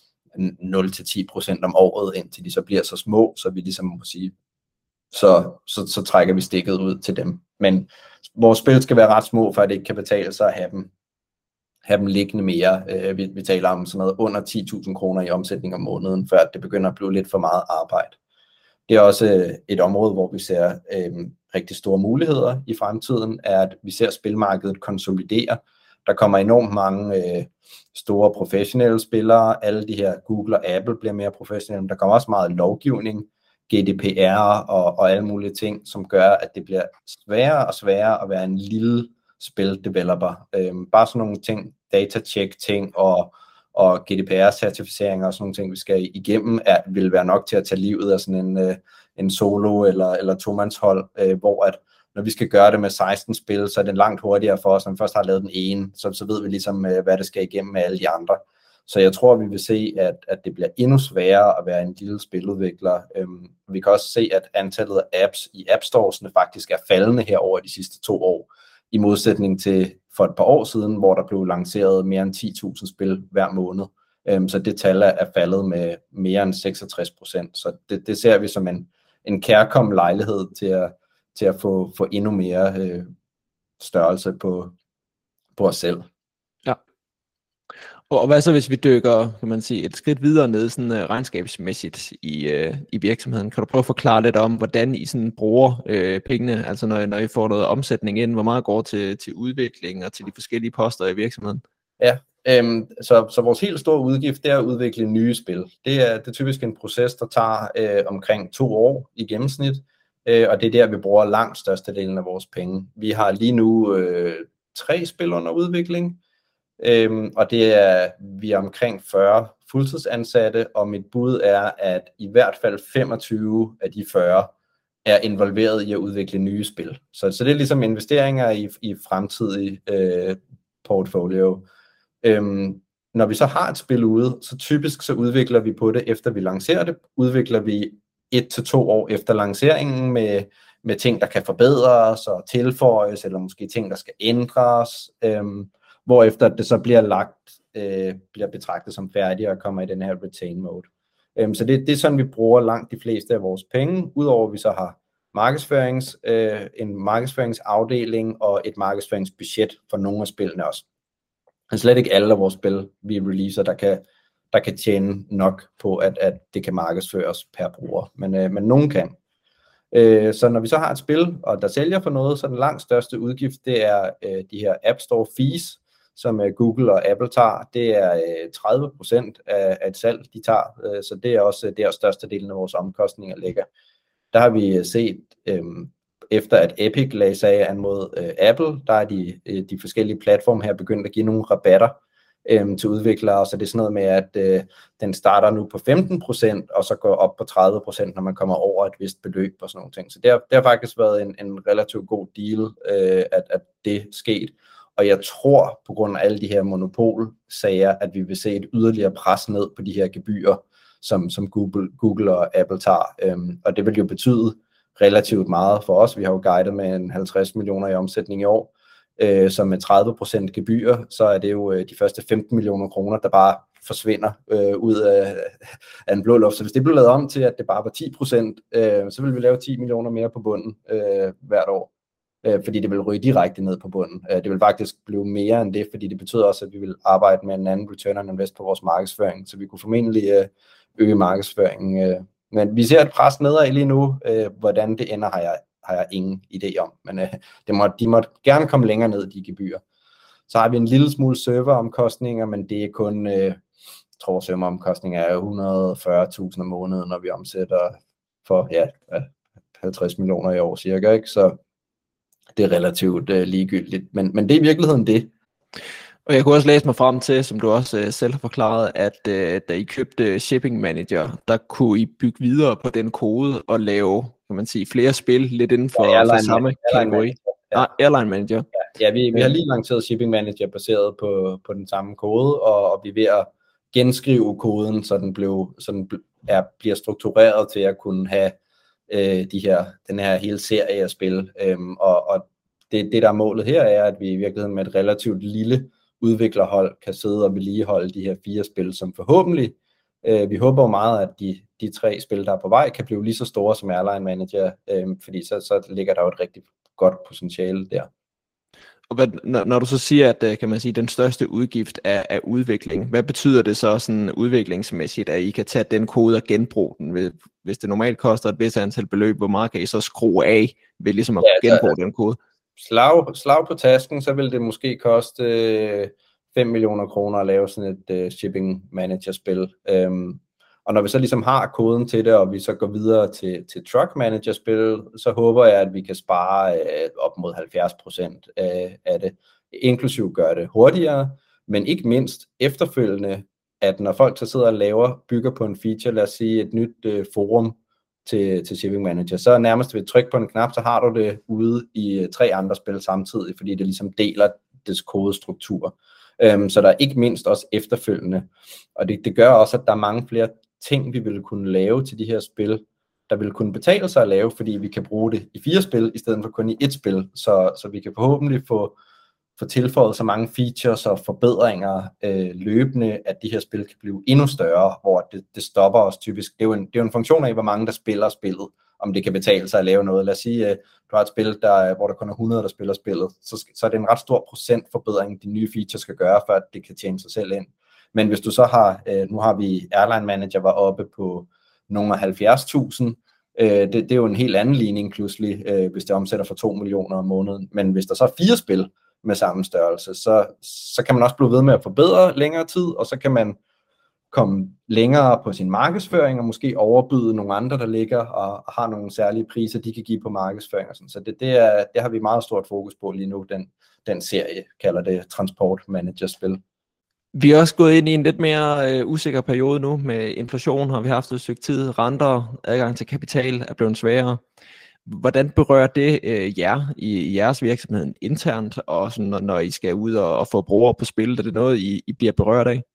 nul til ti procent om året, indtil de så bliver så små, så vi ligesom må sige, så, så, så trækker vi stikket ud til dem. Men vores spil skal være ret små, for at det ikke kan betale sig at have dem, have dem liggende mere. Øh, vi, vi taler om sådan noget under ti tusind kroner i omsætning om måneden, før det begynder at blive lidt for meget arbejde. Det er også et område, hvor vi ser øh, rigtig store muligheder i fremtiden, er at vi ser spilmarkedet konsolidere. Der kommer enormt mange øh, store professionelle spillere, alle de her Google og Apple bliver mere professionelle, der kommer også meget lovgivning, G D P R og, og alle mulige ting, som gør, at det bliver sværere og sværere at være en lille spildeveloper. Øhm, bare sådan nogle ting, data-check ting og, og G D P R-certificeringer og sådan nogle ting, vi skal igennem, er, vil være nok til at tage livet af sådan en, øh, en solo eller, eller tomandshold, øh, hvor at når vi skal gøre det med seksten spil, så er det langt hurtigere for os, når vi først har lavet den ene, så, så ved vi ligesom, øh, hvad det skal igennem med alle de andre. Så jeg tror, vi vil se, at, at det bliver endnu sværere at være en lille spiludvikler. Øhm, vi kan også se, at antallet af apps i App Stores'ene faktisk er faldende her over de sidste to år, i modsætning til for et par år siden, hvor der blev lanceret mere end ti tusind spil hver måned. Øhm, så det tal er faldet med mere end seksogtres procent. Så det, det ser vi som en, en kærkommen lejlighed til at, til at få, få endnu mere øh, størrelse på, på os selv. Og hvad så, hvis vi dykker, kan man sige, et skridt videre ned sådan uh, regnskabsmæssigt i, uh, i virksomheden? Kan du prøve at forklare lidt om, hvordan I sådan bruger uh, pengene, altså når, når I får noget omsætning ind, hvor meget går til, til udvikling og til de forskellige poster i virksomheden? Ja, øhm, så, så vores helt store udgift, det er at udvikle nye spil. Det er, det er typisk en proces, der tager øh, omkring to år i gennemsnit, øh, og det er der, vi bruger langt størstedelen af vores penge. Vi har lige nu øh, tre spil under udvikling, Øhm, og det er, vi er omkring fyrre fuldtidsansatte, og mit bud er, at i hvert fald femogtyve af de fyrre er involveret i at udvikle nye spil. Så, så det er ligesom investeringer i, i fremtidig øh, portfolio. Øhm, når vi så har et spil ude, så typisk så udvikler vi på det, efter vi lancerer det, udvikler vi et til to år efter lanceringen med, med ting, der kan forbedres og tilføjes, eller måske ting, der skal ændres, øhm, hvorefter det så bliver lagt, øh, bliver betragtet som færdigt og kommer i den her retain mode. Øhm, så det, det er sådan, vi bruger langt de fleste af vores penge, udover at vi så har markedsførings, øh, en markedsføringsafdeling og et markedsføringsbudget for nogle af spillene også. Det er slet ikke alle af vores spil, vi releaser, der kan, der kan tjene nok på, at, at det kan markedsføres per bruger, men, øh, men nogen kan. Øh, så når vi så har et spil, og der sælger for noget, så den langt største udgift, det er øh, de her App Store fees, som øh, Google og Apple tager. Det er øh, tredive procent af, af et salg, de tager, øh, så det er også der største delen af vores omkostninger ligger. Der har vi set, øh, efter at Epic lagde sag an mod øh, Apple, der er de, øh, de forskellige platforme her begyndt at give nogle rabatter øh, til udviklere, så det er sådan noget med, at øh, den starter nu på femten procent, og så går op på tredive procent, når man kommer over et vist beløb og sådan nogle ting. Så det har, det har faktisk været en, en relativt god deal, øh, at, at det skete. Og jeg tror, på grund af alle de her monopolsager, at vi vil se et yderligere pres ned på de her gebyrer, som, som Google, Google og Apple tager. Øhm, og det vil jo betyde relativt meget for os. Vi har jo guidet med en halvtreds millioner i omsætning i år, øh, så med tredive procent gebyrer, så er det jo øh, de første femten millioner kroner, der bare forsvinder øh, ud af, af en blå luft. Så hvis det blev lavet om til, at det bare var ti procent, øh, så vil vi lave ti millioner mere på bunden øh, hvert år, øh, fordi det vil ryge direkte ned på bunden. Øh, det vil faktisk blive mere end det, fordi det betyder også, at vi vil arbejde med en anden return on invest på vores markedsføring, så vi kunne formentlig øh, øge markedsføringen. Øh. Men vi ser et pres nedad lige nu. Øh, hvordan det ender, har jeg, har jeg ingen idé om. Men øh, det må, de må gerne komme længere ned, de gebyrer. Så har vi en lille smule serveromkostninger, men det er kun, øh, jeg tror, serveromkostninger er et hundrede og fyrre tusind om måneden, når vi omsætter for ja, halvtreds millioner i år cirka. Ikke? Så det er relativt øh, ligegyldigt. Men, men det er i virkeligheden det. Og jeg kunne også læse mig frem til, som du også øh, selv har forklaret, at øh, da I købte Shipping Manager, der kunne I bygge videre på den kode og lave, kan man sige, flere spil lidt inden for, ja, for samme kategori. Ja. Ah, Airline Manager. Ja, ja vi, vi har lige lanceret Shipping Manager baseret på, på den samme kode, og, og vi er ved at genskrive koden, så den, blev, så den er, bliver struktureret til at kunne have øh, de her, den her hele serie af spil. Øhm, og og det, det, der er målet her, er, at vi i virkeligheden med et relativt lille udviklerhold kan sidde og vedligeholde de her fire spil, som forhåbentlig, øh, vi håber jo meget, at de, de tre spil, der er på vej, kan blive lige så store som Airline Manager, øh, fordi så, så ligger der jo et rigtig godt potentiale der. Og hvad, når, når du så siger, at kan man sige, den største udgift er, er udvikling, hvad betyder det så sådan udviklingsmæssigt, at I kan tage den kode og genbruge den? Hvis det normalt koster et vist antal beløb, hvor meget kan I så skrue af ved ligesom at ja, genbruge den kode? Slag, slag på tasken, så vil det måske koste øh, fem millioner kroner at lave sådan et øh, shipping manager spil. Øhm, og når vi så ligesom har koden til det, og vi så går videre til, til truck manager spil, så håber jeg, at vi kan spare øh, op mod halvfjerds procent af, af det, inklusiv gøre det hurtigere, men ikke mindst efterfølgende, at når folk så sidder og laver, bygger på en feature, lad os sige et nyt øh, forum, Til, til Shipping Manager, så nærmest ved at trykke på en knap, så har du det ude i tre andre spil samtidig, fordi det ligesom deler dets kodestruktur. Um, så der er ikke mindst også efterfølgende. Og det, det gør også, at der er mange flere ting, vi ville kunne lave til de her spil, der vil kunne betale sig at lave, fordi vi kan bruge det i fire spil, i stedet for kun i et spil. Så, så vi kan forhåbentlig få, få tilføjet så mange features og forbedringer øh, løbende, at de her spil kan blive endnu større, hvor det, det stopper os typisk. Det er, jo en, det er jo en funktion af, hvor mange der spiller spillet, om det kan betale sig at lave noget. Lad os sige, øh, du har et spil, der, hvor der kun er hundrede, der spiller spillet, så, så er det en ret stor procentforbedring, de nye features skal gøre, for at det kan tjene sig selv ind. Men hvis du så har, øh, nu har vi Airline Manager var oppe på nogle af halvfjerds tusind, øh, det, det er jo en helt anden ligning pludselig, øh, hvis det omsætter for to millioner om måneden. Men hvis der så er fire spil med samme størrelse, så, så kan man også blive ved med at forbedre længere tid, og så kan man komme længere på sin markedsføring, og måske overbyde nogle andre, der ligger og har nogle særlige priser, de kan give på markedsføring. Og sådan. Så det, det, er, det har vi meget stort fokus på lige nu, den, den serie, kalder det Transport Manager spil. Vi er også gået ind i en lidt mere øh, usikker periode nu med inflation, har vi haft et stykke tid, renter, adgang til kapital er blevet sværere. Hvordan berører det øh, jer i, i jeres virksomhed internt, og sådan, når, når I skal ud og, og få brugere på spil? Er det noget, I, I bliver berørt af?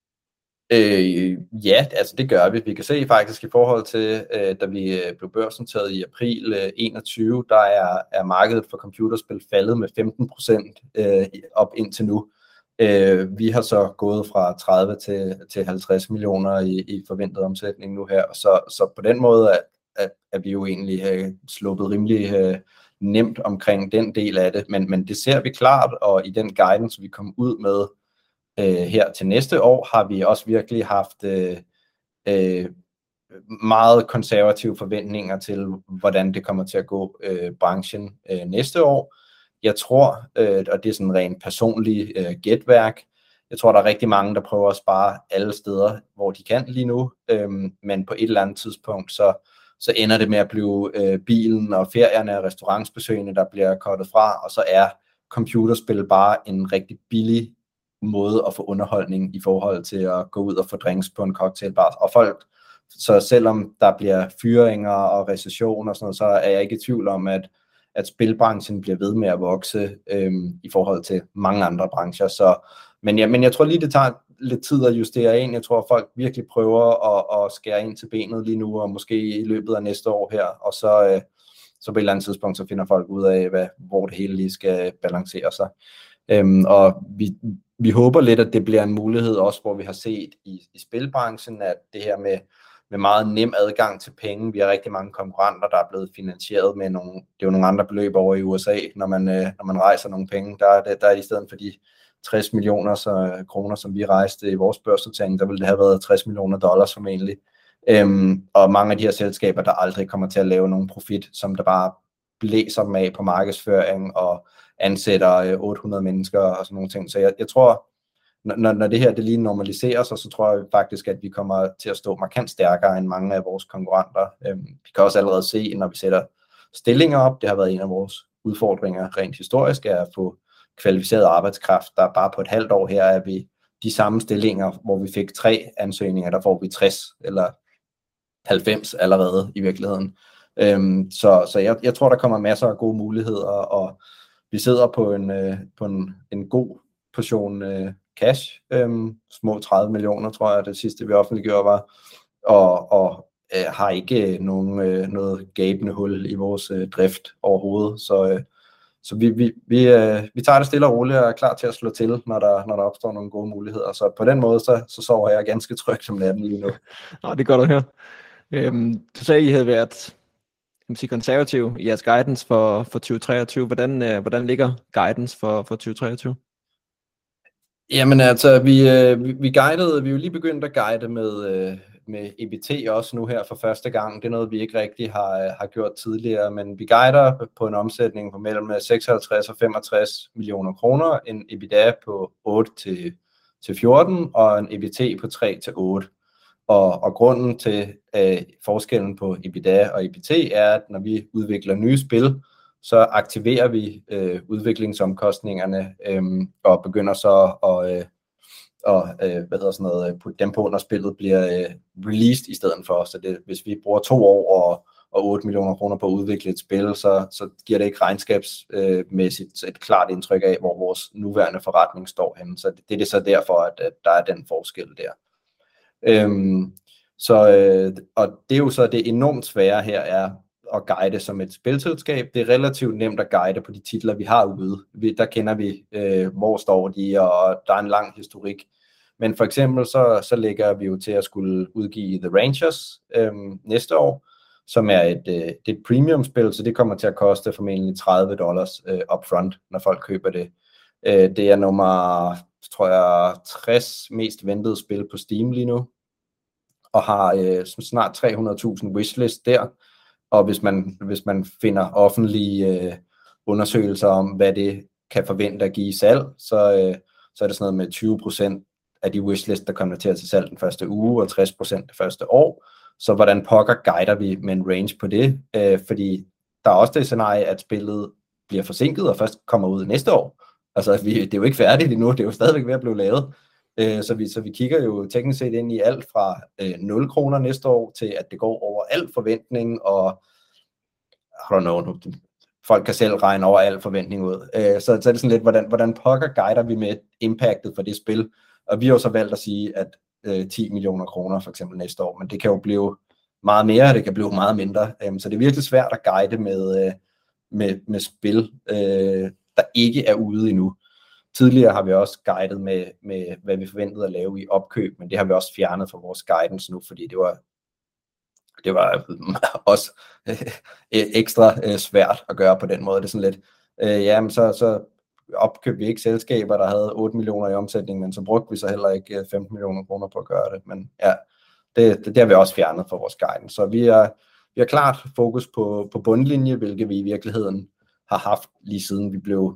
Øh, ja, altså det gør vi. Vi kan se faktisk i forhold til, øh, da vi blev børsnoteret i april øh, enogtyve, der er, er markedet for computerspil faldet med femten procent øh, op indtil nu. Øh, vi har så gået fra tredive til, til halvtreds millioner i, i forventet omsætning nu her, så, så på den måde er, er, er vi jo egentlig øh, sluppet rimelig øh, nemt omkring den del af det, men, men det ser vi klart, og i den guidance, vi kom ud med øh, her til næste år, har vi også virkelig haft øh, øh, meget konservative forventninger til, hvordan det kommer til at gå øh, branchen øh, næste år. Jeg tror, øh, og det er sådan rent personligt øh, gætværk, jeg tror, der er rigtig mange, der prøver at spare alle steder, hvor de kan lige nu, øh, men på et eller andet tidspunkt, så, så ender det med at blive øh, bilen og ferierne og restaurantsbesøgene, der bliver kortet fra, og så er computerspil bare en rigtig billig måde at få underholdning i forhold til at gå ud og få drinks på en cocktailbar. Og folk, så selvom der bliver fyringer og recession og sådan noget, så er jeg ikke i tvivl om, at at spilbranchen bliver ved med at vokse øhm, i forhold til mange andre brancher. Så, men, ja, men jeg tror lige, det tager lidt tid at justere ind. Jeg tror, at folk virkelig prøver at, at skære ind til benet lige nu, og måske i løbet af næste år her, og så, øh, så på et eller andet tidspunkt, så finder folk ud af, hvad, hvor det hele lige skal balancere sig. Øhm, og vi, vi håber lidt, at det bliver en mulighed også, hvor vi har set i, i spilbranchen, at det her med med meget nem adgang til penge. Vi har rigtig mange konkurrenter, der er blevet finansieret med nogle, det er jo nogle andre beløb over i U S A, når man, øh, når man rejser nogle penge. Der er, det, der er i stedet for de tres millioner så, kroner, som vi rejste i vores børsnotering, der ville det have været tres millioner dollars formentlig. Øhm, og mange af de her selskaber, der aldrig kommer til at lave nogen profit, som der bare blæser dem af på markedsføring og ansætter øh, otte hundrede mennesker og sådan nogle ting. Så jeg, jeg tror, Når, når det her det lige normaliserer sig, så tror jeg faktisk, at vi kommer til at stå markant stærkere end mange af vores konkurrenter. Øhm, vi kan også allerede se, når vi sætter stillinger op, det har været en af vores udfordringer rent historisk, er at få kvalificeret arbejdskraft. Der bare på et halvt år her er vi de samme stillinger, hvor vi fik tre ansøgninger, der får vi tres eller halvfems allerede i virkeligheden. Øhm, så så jeg, jeg tror, der kommer masser af gode muligheder, og vi sidder på en, øh, på en, en god portion øh, cash, øhm, små tredive millioner, tror jeg, det sidste vi offentliggjorde var, og, og øh, har ikke nogen, øh, noget gabende hul i vores øh, drift overhovedet, så, øh, så vi, vi, vi, øh, vi tager det stille og roligt og er klar til at slå til, når der, når der opstår nogle gode muligheder, så på den måde, så, så sover jeg ganske trygt om natten lige nu. Nå, det er godt at høre. Øhm, du sagde, I havde været kan man sige, konservativ i jeres guidance for, for tyve treogtyve. Hvordan, øh, hvordan ligger guidance for, for tyve treogtyve? Jamen altså, vi, øh, vi, vi guidede, vi er jo lige begyndt at guide med, øh, med E B T også nu her for første gang. Det er noget, vi ikke rigtig har, har gjort tidligere, men vi guider på en omsætning på mellem seksoghalvtreds og femogtres millioner kroner, en EBITDA på otte til fjorten og en E B T på tre til otte. Og, og grunden til øh, forskellen på EBITDA og E B T er, at når vi udvikler nye spil, så aktiverer vi øh, udviklingsomkostningerne øh, og begynder så at øh, og, øh, hvad hedder sådan noget, putte dem på, når spillet bliver øh, released i stedet for. Så det, hvis vi bruger to år og, og otte millioner kroner på at udvikle et spil, så, så giver det ikke regnskabsmæssigt øh, et klart indtryk af, hvor vores nuværende forretning står henne. Så det, det er det så derfor, at, at der er den forskel der. Øhm, så, øh, og det er jo så det enormt svære her er at guide som et spilselskab. Det er relativt nemt at guide på de titler, vi har ude. Vi, der kender vi, øh, hvor står de, og der er en lang historik. Men for eksempel, så, så lægger vi jo til at skulle udgive The Rangers øh, næste år, som er et, øh, det er et premium-spil, så det kommer til at koste formentlig tredive dollars øh, upfront, når folk køber det. Øh, det er nummer, tror jeg, tres mest ventede spil på Steam lige nu, og har øh, snart tre hundrede tusind wishlist der. Og hvis man, hvis man finder offentlige øh, undersøgelser om, hvad det kan forvente at give i salg, så, øh, så er det sådan noget med tyve procent af de wishlist, der konverterer til salg den første uge, og tres procent det første år. Så hvordan pokker guider vi med en range på det? Øh, fordi der er også det scenarie, at spillet bliver forsinket og først kommer ud næste år. Altså, vi, det er jo ikke færdigt endnu, det er jo stadigvæk ved at blive lavet. Øh, så, vi, så vi kigger jo teknisk set ind i alt fra øh, nul kroner næste år til, at det går over al forventning, og I don't know, folk kan selv regne over al forventning ud. Øh, så, så er det sådan lidt, hvordan, hvordan pokker guider vi med impactet for det spil, og vi har jo så valgt at sige, at øh, ti millioner kroner for eksempel næste år, men det kan jo blive meget mere, det kan blive meget mindre, øh, så det er virkelig svært at guide med, øh, med, med spil, øh, der ikke er ude endnu. Tidligere har vi også guidet med, med, hvad vi forventede at lave i opkøb, men det har vi også fjernet fra vores guidance nu, fordi det var, det var også øh, ekstra øh, svært at gøre på den måde. Det er sådan lidt, øh, ja, men så, så opkøbte vi ikke selskaber, der havde otte millioner i omsætning, men så brugte vi så heller ikke femten millioner kroner på at gøre det. Men ja, det, det, det har vi også fjernet fra vores guidance. Så vi er, vi har klart fokus på, på bundlinje, hvilket vi i virkeligheden har haft lige siden vi blev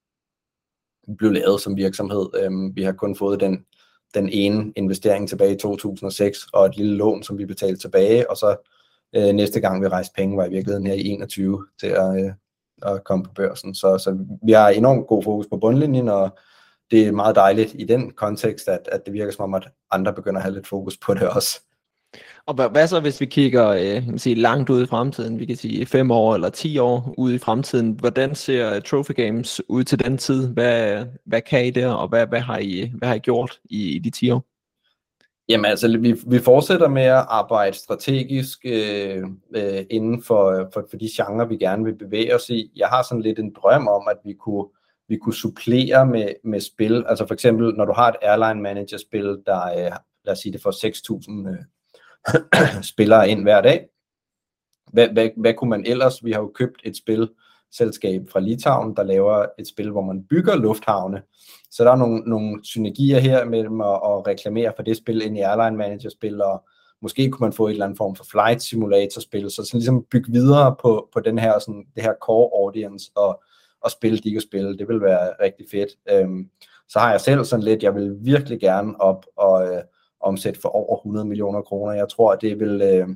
blev lavet som virksomhed. Øhm, vi har kun fået den, den ene investering tilbage i to tusind og seks, og et lille lån, som vi betalte tilbage, og så øh, næste gang vi rejste penge, var i virkeligheden her i enogtyve til at, øh, at komme på børsen. Så, så vi har enormt god fokus på bundlinjen, og det er meget dejligt i den kontekst, at, at det virker som om, at andre begynder at have lidt fokus på det også. Og hvad så, hvis vi kigger øh, kan sige, langt ud i fremtiden, vi kan sige fem år eller ti år ud i fremtiden, hvordan ser Trophy Games ud til den tid? Hvad, hvad kan I der, og hvad, hvad, har, I, hvad har I gjort i, i de ti år? Jamen altså, vi, vi fortsætter med at arbejde strategisk øh, øh, inden for, for, for de genrer, vi gerne vil bevæge os i. Jeg har sådan lidt en drøm om, at vi kunne, vi kunne supplere med, med spil. Altså for eksempel, når du har et airline manager spil, der øh, lad os sige, det får seks tusind øh, spillere ind hver dag. Hvad, hvad, hvad kunne man ellers? Vi har jo købt et spilselskab fra Litauen, der laver et spil, hvor man bygger lufthavne. Så der er nogle, nogle synergier her mellem at, at reklamere for det spil ind i Airline Manager-spil, og måske kunne man få et eller andet form for flight simulator-spil, så sådan ligesom bygge videre på, på den her, sådan, det her core audience, og, og spille de kan spille. Det vil være rigtig fedt. Øhm, så har jeg selv sådan lidt, jeg vil virkelig gerne op og øh, omsætte for over hundrede millioner kroner. Jeg tror, at det vil... Øh,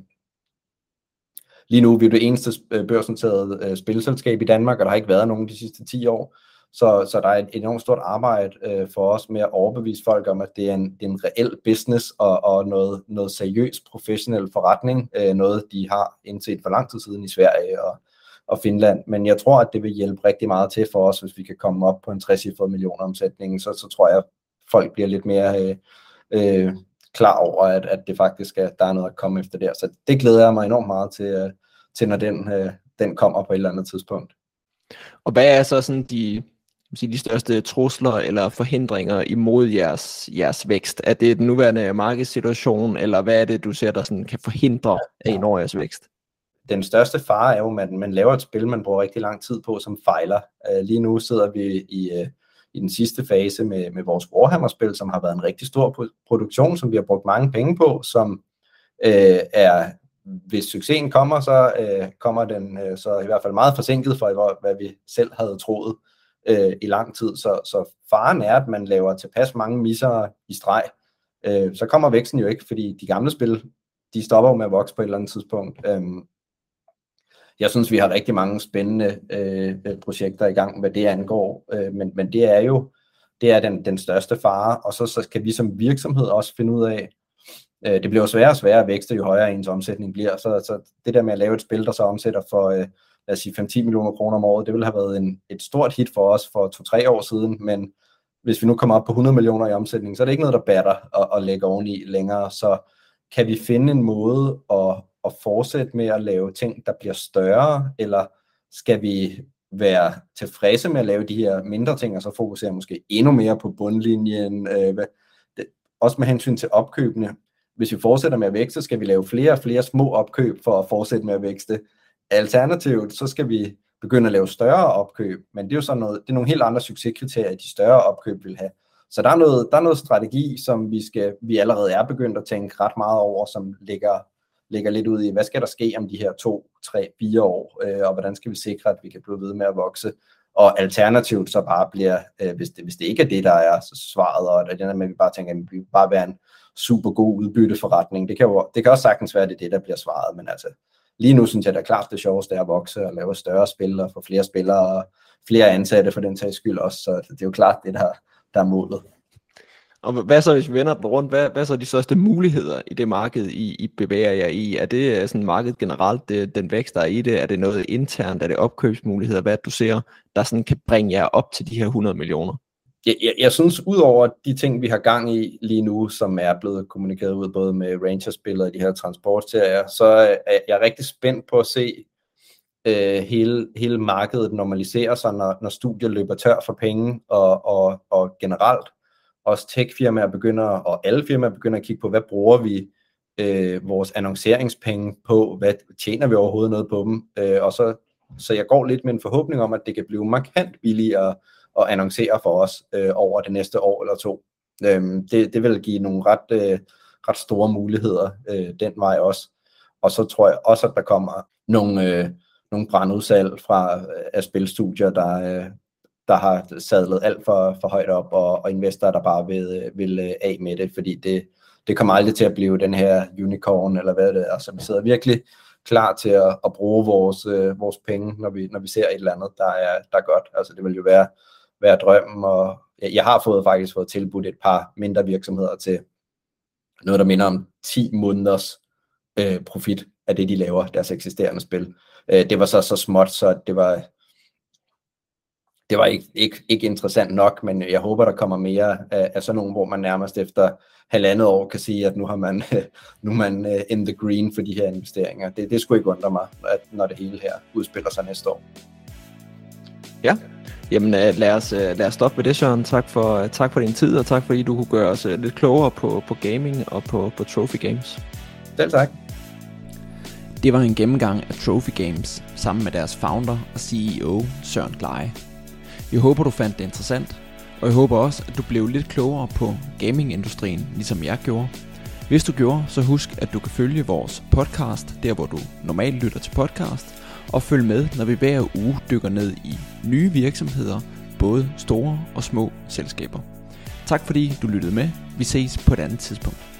lige nu er vi det eneste børsnoterede øh, spilselskab i Danmark, og der har ikke været nogen de sidste ti år. Så, så der er et enormt stort arbejde øh, for os med at overbevise folk om, at det er en, det er en reel business og, og noget, noget seriøs professionel forretning. Øh, noget, de har indset for lang tid siden i Sverige og, og Finland. Men jeg tror, at det vil hjælpe rigtig meget til for os, hvis vi kan komme op på en trecifret millioner omsætning. Så, så tror jeg, at folk bliver lidt mere... Øh, øh, klar over, at, at det faktisk er, der er noget at komme efter der. Så det glæder jeg mig enormt meget til, uh, til når den, uh, den kommer på et eller andet tidspunkt. Og hvad er så sådan de, de største trusler eller forhindringer imod jeres, jeres vækst? Er det den nuværende markedssituation, eller hvad er det, du ser, der sådan kan forhindre en år jeres vækst? Den største fare er jo, at man laver et spil, man bruger rigtig lang tid på, som fejler. Uh, lige nu sidder vi i... Uh, i den sidste fase med, med vores Warhammer-spil, som har været en rigtig stor produktion, som vi har brugt mange penge på, som øh, er, hvis succesen kommer, så øh, kommer den øh, så i hvert fald meget forsinket for, hvad vi selv havde troet øh, i lang tid. Så, så faren er, at man laver tilpas mange misser i streg. Øh, så kommer væksten jo ikke, fordi de gamle spil, de stopper jo med at vokse på et eller andet tidspunkt. Øh, Jeg synes, vi har rigtig mange spændende øh, projekter i gang, hvad det angår, øh, men, men det er jo det er den, den største fare, og så, så kan vi som virksomhed også finde ud af, øh, det bliver jo sværere og sværere at vækste, jo højere ens omsætning bliver, så, så det der med at lave et spil, der så omsætter for, øh, lad os sige, fem til ti millioner kroner om året, det ville have været en, et stort hit for os for to-tre år siden, men hvis vi nu kommer op på hundrede millioner i omsætning, så er det ikke noget, der batter at, at lægge oveni længere, så kan vi finde en måde at at fortsætte med at lave ting, der bliver større, eller skal vi være tilfredse med at lave de her mindre ting, og så fokusere måske endnu mere på bundlinjen, øh, hvad, det, også med hensyn til opkøbene. Hvis vi fortsætter med at vækste, skal vi lave flere og flere små opkøb for at fortsætte med at vækste. Alternativt, så skal vi begynde at lave større opkøb, men det er jo sådan noget, det er nogle helt andre succeskriterier, de større opkøb vil have. Så der er noget, der er noget strategi, som vi, skal, vi allerede er begyndt at tænke ret meget over, som ligger ligger lidt ud i, hvad skal der ske om de her to, tre, fire år, øh, og hvordan skal vi sikre, at vi kan blive ved med at vokse, og alternativt så bare bliver, øh, hvis, det, hvis det ikke er det, der er så svaret, og det er med, at vi bare tænker, at vi vil bare være en super god udbytteforretning, det kan jo det kan også sagtens være, at det er det, der bliver svaret, men altså, lige nu synes jeg, det er klart det sjoveste er at vokse, og lave større spil, og få flere spillere, og flere ansatte for den sags skyld også, så det er jo klart det, der, der er målet. Og hvad så, hvis vi vender den rundt, hvad, hvad så er de største muligheder i det marked, I, I bevæger jer i? Er det sådan markedet generelt, det, den vækst, der er i det? Er det noget internt? Er det opkøbsmuligheder? Hvad du ser, der sådan kan bringe jer op til de her hundrede millioner? Jeg, jeg, jeg synes, udover de ting, vi har gang i lige nu, som er blevet kommunikeret ud både med Rangers-spillet og de her transportserier, så er jeg rigtig spændt på at se øh, hele, hele markedet normalisere sig, når, når studier løber tør for penge, og, og, og generelt også tech-firmaer begynder, og alle firmaer begynder at kigge på, hvad bruger vi øh, vores annonceringspenge på, hvad tjener vi overhovedet noget på dem, øh, og så, så jeg går lidt med en forhåbning om, at det kan blive markant billigere at annoncere for os øh, over det næste år eller to. Øhm, det, det vil give nogle ret, øh, ret store muligheder øh, den vej også, og så tror jeg også, at der kommer nogle, øh, nogle brandudsalg fra øh, af spilstudier, der øh, der har sadlet alt for, for højt op, og, og investorer, der bare vil, vil af med det, fordi det, det kommer aldrig til at blive den her unicorn, eller hvad det er, så vi sidder virkelig klar til at, at bruge vores, øh, vores penge, når vi, når vi ser et eller andet, der er, der er godt. Altså det vil jo være, være drømmen, og jeg, jeg har fået, faktisk fået tilbudt et par mindre virksomheder til noget, der minder om ti måneders øh, profit af det, de laver, deres eksisterende spil. Øh, det var så så småt, så det var Det var ikke, ikke, ikke interessant nok, men jeg håber, der kommer mere af, af sådan nogle, hvor man nærmest efter halvandet år kan sige, at nu har man, nu er man in the green for de her investeringer. Det, det skulle ikke undre mig, at, når det hele her udspiller sig næste år. Ja, jamen lad os, lad os stoppe ved det, Søren. Tak for, tak for din tid, og tak fordi du kunne gøre os lidt klogere på, på gaming og på, på Trophy Games. Selv tak. Det var en gennemgang af Trophy Games sammen med deres founder og C E O, Søren Gleje. Jeg håber, du fandt det interessant, og jeg håber også, at du blev lidt klogere på gamingindustrien, ligesom jeg gjorde. Hvis du gjorde, så husk, at du kan følge vores podcast, der hvor du normalt lytter til podcast, og følg med, når vi hver uge dykker ned i nye virksomheder, både store og små selskaber. Tak fordi du lyttede med. Vi ses på et andet tidspunkt.